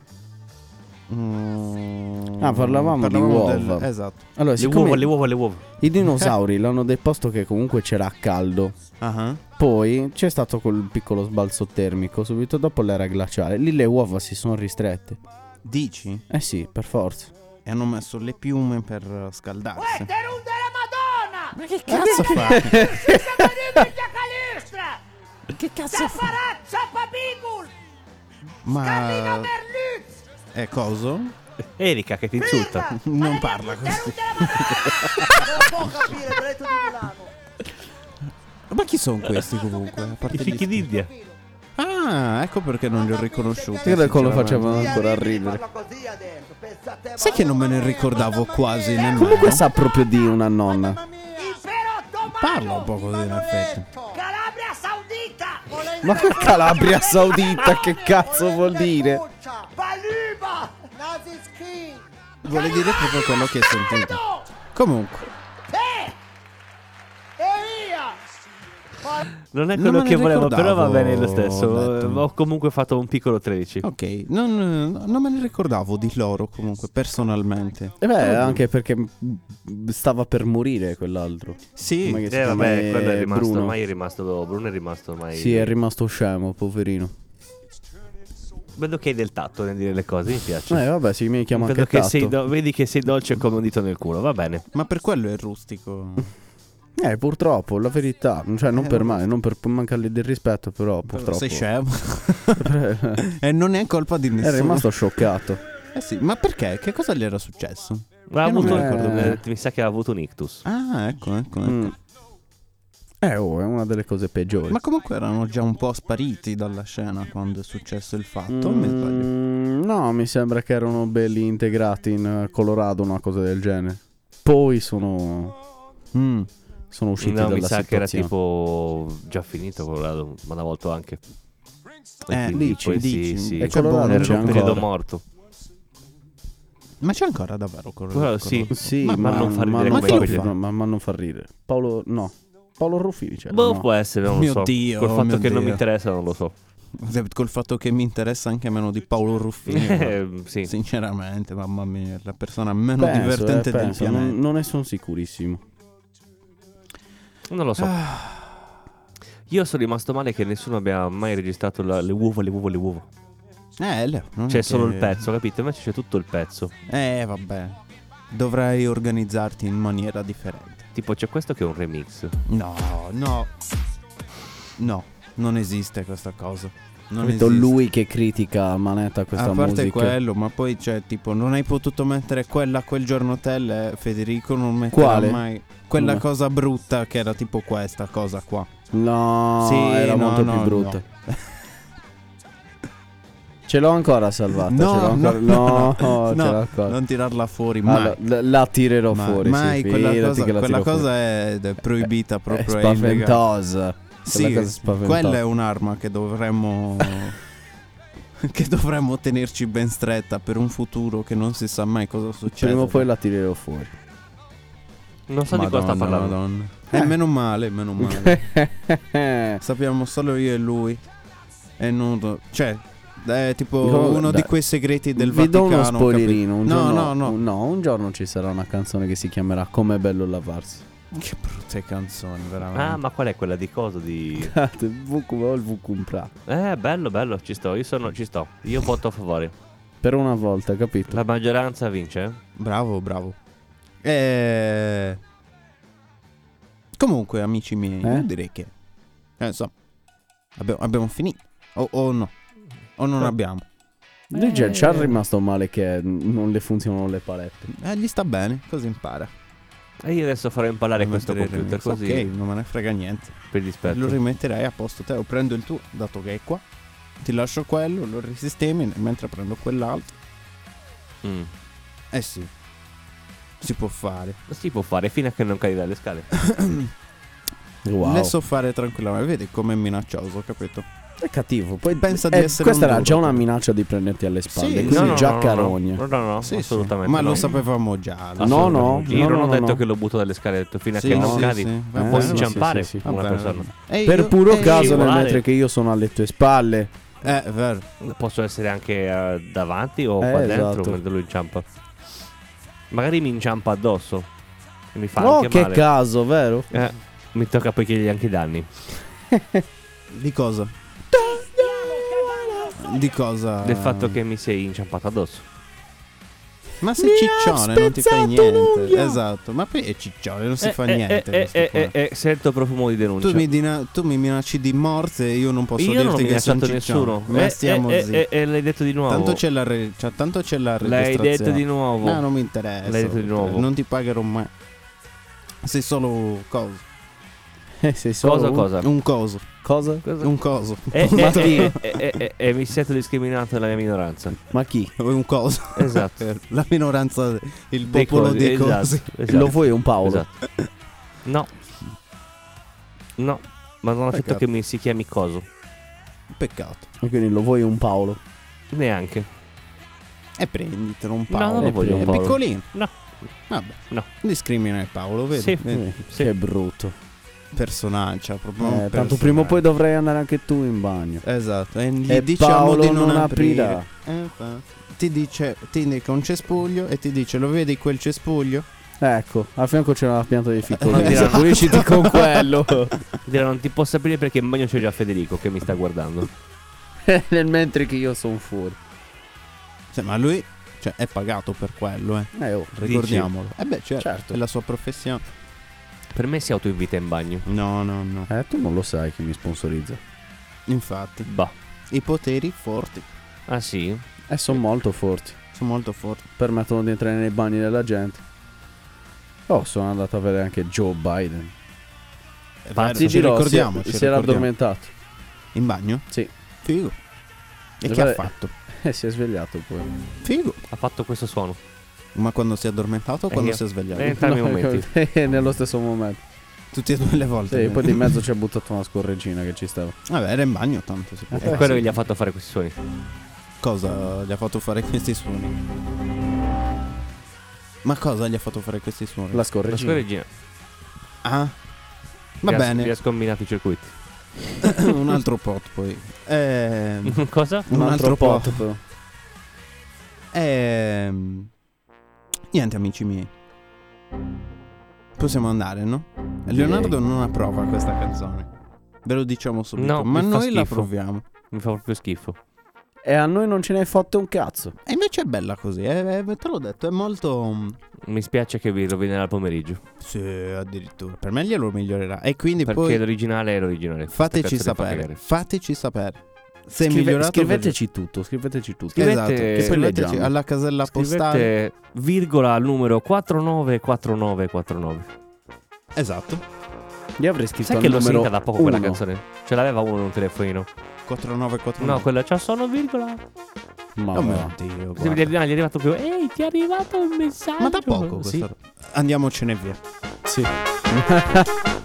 Parlavamo di uova. Esatto. Allora, Le siccome uova. i dinosauri l'hanno deposto che comunque c'era caldo, Ah. poi c'è stato quel piccolo sbalzo termico subito dopo l'era glaciale. Lì le uova si sono ristrette. Dici? Eh sì, per forza. E hanno messo le piume per scaldarsi. Terundo la Madonna! Ma che cazzo fa? Calestra! Che cazzo fa? Zappa Bigul! Ma Merluz! è coso? Erika che ti insulta. Non parla così. Non può capire, diretto di Milano! Ma chi sono questi comunque? A parte I fichi gli- d'India. Ah, ecco perché non li ho riconosciuti. Guarda come lo sinceramente. facevano ancora ridere. Così adesso, pensate Sai che non me ne ricordavo quasi nemmeno. Comunque sa proprio di una nonna. Impero Ottomano! Parla un po' così in effetti. Calabria Saudita! Ma che Calabria Saudita, che cazzo vuol dire? Baluba! Naziski! Vuole dire proprio quello che hai sentito. Comunque, E via! Non è Non quello me ne che volevo, però va ricordavo, bene lo ho stesso. detto. Ho comunque fatto un piccolo 13. ok, non me ne ricordavo di loro comunque personalmente. E beh, anche perché stava per morire quell'altro. Sì, Come che si chiama? Vabbè, quello è rimasto. Bruno. Ormai è rimasto. Bruno è rimasto ormai. Sì, è rimasto scemo, poverino. Vedo che hai del tatto nel dire le cose, mi piace. Vabbè, si mi chiama Vedo anche che tatto. vedi che sei dolce come un dito nel culo, va bene. ma per quello è rustico. Purtroppo, la verità. Cioè, non per male, non per mancargli del rispetto, però purtroppo. Sei scemo. E non è colpa di nessuno. È rimasto scioccato. Eh sì, ma perché? Che cosa gli era successo? Ma ha Che non avuto, mi ricordo bene. mi sa che ha avuto un ictus. Ah, ecco. Mm. È una delle cose peggiori. Ma comunque erano già un po' spariti dalla scena quando è successo il fatto, o mi sbaglio? No, mi sembra che erano belli integrati in Colorado, una cosa del genere. Poi sono usciti No, dalla mi sa situazione. che era tipo già finito Colorado, ma una volta anche. E quindi dici, poi dici. sì. E Colorado Era c'è un periodo ancora. morto. Ma c'è ancora davvero Quello sì. Sì, Ma non fa ridere come fa quelli. ridere, ma non fa ridere. Paolo Ruffini c'era. Boh, no? può essere, non lo Mio so. Dio, Col fatto mio che non mi Dio. interessa, non lo so. Col fatto che mi interessa anche meno di Paolo Ruffini. Sì. Sinceramente, mamma mia, la persona meno Penso, divertente del penso, pianeta. non ne sono sicurissimo. Non lo so. Io sono rimasto male che nessuno abbia mai registrato le uova. Non C'è è solo che- il pezzo, capito? Invece c'è tutto il pezzo. Vabbè. Dovrei organizzarti in maniera differente. Tipo c'è questo che è un remix. No, non esiste questa cosa. Non Capito? esiste. Lui che critica a manetta questa A parte musica. quello, ma poi c'è tipo non hai potuto mettere quella quel giorno te, Federico non metterà Quale? mai quella Come? cosa brutta che era tipo questa cosa qua. No, Sì, era no, molto no, più no. brutta. Ce l'ho ancora salvata. No, ce l'ho ancora. no, No, no, ce l'ho ancora. non tirarla fuori mai. Allora, la tirerò fuori. Mai sì, quella fidati cosa, che la quella tiro cosa fuori. è proibita È proprio. È illegale. spaventosa. Sì, Quella cosa è spaventosa. quella è un'arma che dovremmo che dovremmo tenerci ben stretta per un futuro che non si sa mai cosa succede. Prima o poi la tirerò fuori. Non so di cosa sta parlando. Madonna. Meno male. Sappiamo solo io e lui. E non... Cioè, è tipo uno di quei segreti del Vi Vaticano. do uno spoilerino. Un un giorno ci sarà una canzone che si chiamerà Com'è bello lavarsi. Che brutte canzoni, veramente. Ah, ma qual è quella di cosa? Di... il Vucumpra. Bello, ci sto. Io voto a favore. Per una volta, capito? La maggioranza vince. Bravo. Comunque, amici miei, io direi che insomma, abbiamo finito. O no? O non abbiamo? Ci è rimasto male che non le funzionano le palette. Gli sta bene, così impara. E io adesso farò impallare questo computer così. Ok, non me ne frega niente. Per dispetto. Lo rimetterai a posto te. O prendo il tuo, dato che è qua. Ti lascio quello, lo risistemi mentre prendo quell'altro. Eh sì. Si può fare fino a che non cadi dalle scale. Wow. Le so fare tranquillamente. Vedi com'è minaccioso, capito? È cattivo. Poi pensa di essere questa un era già duro. una minaccia di prenderti alle spalle. Sì, così no, già no, carogna. No, Sì, assolutamente. Ma no. lo sapevamo già. No. Io non ho detto no. che lo butto dalle scale, ho detto fino a Sì, che non sì, cadi. sì. Puoi Sì, inciampare sì. una persona. Per puro caso, nel scivolare. mentre che io sono alle tue spalle. Vero. Posso essere anche davanti o qua dentro esatto. mentre lui inciampa. Magari mi inciampa addosso. E mi fa Oh, anche che male. caso, vero? Mi tocca poi chiedergli anche i danni. Di cosa? Di cosa? Del fatto che mi sei inciampato addosso. Ma sei ciccione, non ti fai niente. Esatto. Ma poi è ciccione, non si fa niente. Sento profumo di denuncia. Tu mi minacci di morte e io non posso Io non ho dirti che sono minacciato ciccione. nessuno. Ma stiamo zitti. E l'hai detto di nuovo. Tanto c'è la registrazione. L'hai detto di nuovo. No, non mi interessa. L'hai detto di nuovo. Non ti pagherò mai. Sei solo coso. Sei solo Cosa? Un coso. Cosa? Un coso. E mi sento discriminato dalla mia minoranza. Ma chi? Un coso. Esatto. La minoranza, il Dei popolo cosi, dei esatto, cosi. esatto. Lo vuoi un Paolo? Esatto. No, ma non ho detto che mi si chiami coso. Peccato. E quindi lo vuoi un Paolo? Neanche. E prenditelo un No, Paolo. non lo voglio un È Paolo. piccolino. No. Vabbè. No. Discrimina il Paolo, vedi? Sì. Vedi? Che brutto. Personaggio, proprio un Tanto personaggio. prima o poi dovrai andare anche tu in bagno. Esatto. E gli E diciamo Paolo di non non aprire. aprirà. Ti indica un cespuglio e ti dice: lo vedi quel cespuglio? Ecco, a fianco c'è una pianta di fico. Esatto. Pulisciti con quello. Dirà non ti posso aprire perché in bagno c'è già Federico che mi sta guardando. Nel mentre che io sono fuori. Sì, ma lui è pagato per quello, ricordiamolo. Beh, certo. È la sua professione. Per me si autoinvita in bagno. No. Tu non lo sai chi mi sponsorizza. Infatti. Bah. I poteri forti. Ah sì? Sono molto forti. Sono molto forti. Permettono di entrare nei bagni della gente. Sono andato a vedere anche Joe Biden. Ti dirò, si era addormentato. In bagno? Sì. Figo. E che ha fatto? Si è svegliato poi. Figo. Ha fatto questo suono. Ma quando si è addormentato o quando si è svegliato? Entrambi i momenti. Nello stesso momento. Tutti e due le volte. Sì, poi di mezzo ci ha buttato una scorreggina che ci stava. Vabbè, era in bagno tanto si può È fare. quello che gli ha fatto fare questi suoni. Cosa gli ha fatto fare questi suoni? Ma cosa gli ha fatto fare questi suoni? La La scorreggina. scorreggina. Ah. Va Gli bene. ha scombinato i circuiti. Un altro pot poi. Cosa? Un altro pot. però. Niente, amici miei. Possiamo andare, no? Leonardo non approva questa canzone. Ve lo diciamo subito. No, ma mi fa noi la schifo. proviamo. Mi fa proprio schifo. E a noi non ce ne hai fatto un cazzo. E invece è bella così. Te l'ho detto, è molto. Mi spiace che vi rovinerà il pomeriggio. Sì, addirittura. Per me glielo migliorerà. E quindi Perché poi l'originale è l'originale. fateci Questa cazzo di sapere. fa Fateci sapere. Se è migliorato. Scriveteci tutto. Esatto. Scrivete- Che poi scriveteci leggiamo. alla casella postale. Scrivete virgola al numero 494949. Esatto. Io avrei scritto Sai al che l'ho numero sentita da poco quella 1. canzone? Ce l'aveva uno in un telefonino. 4949. No, quella c'ha solo virgola. Ma Oh mio va. Dio, Sì, guarda. gli è arrivato più. Ehi, ti è arrivato un messaggio. Ma da poco Sì. questa. Andiamocene via. Sì.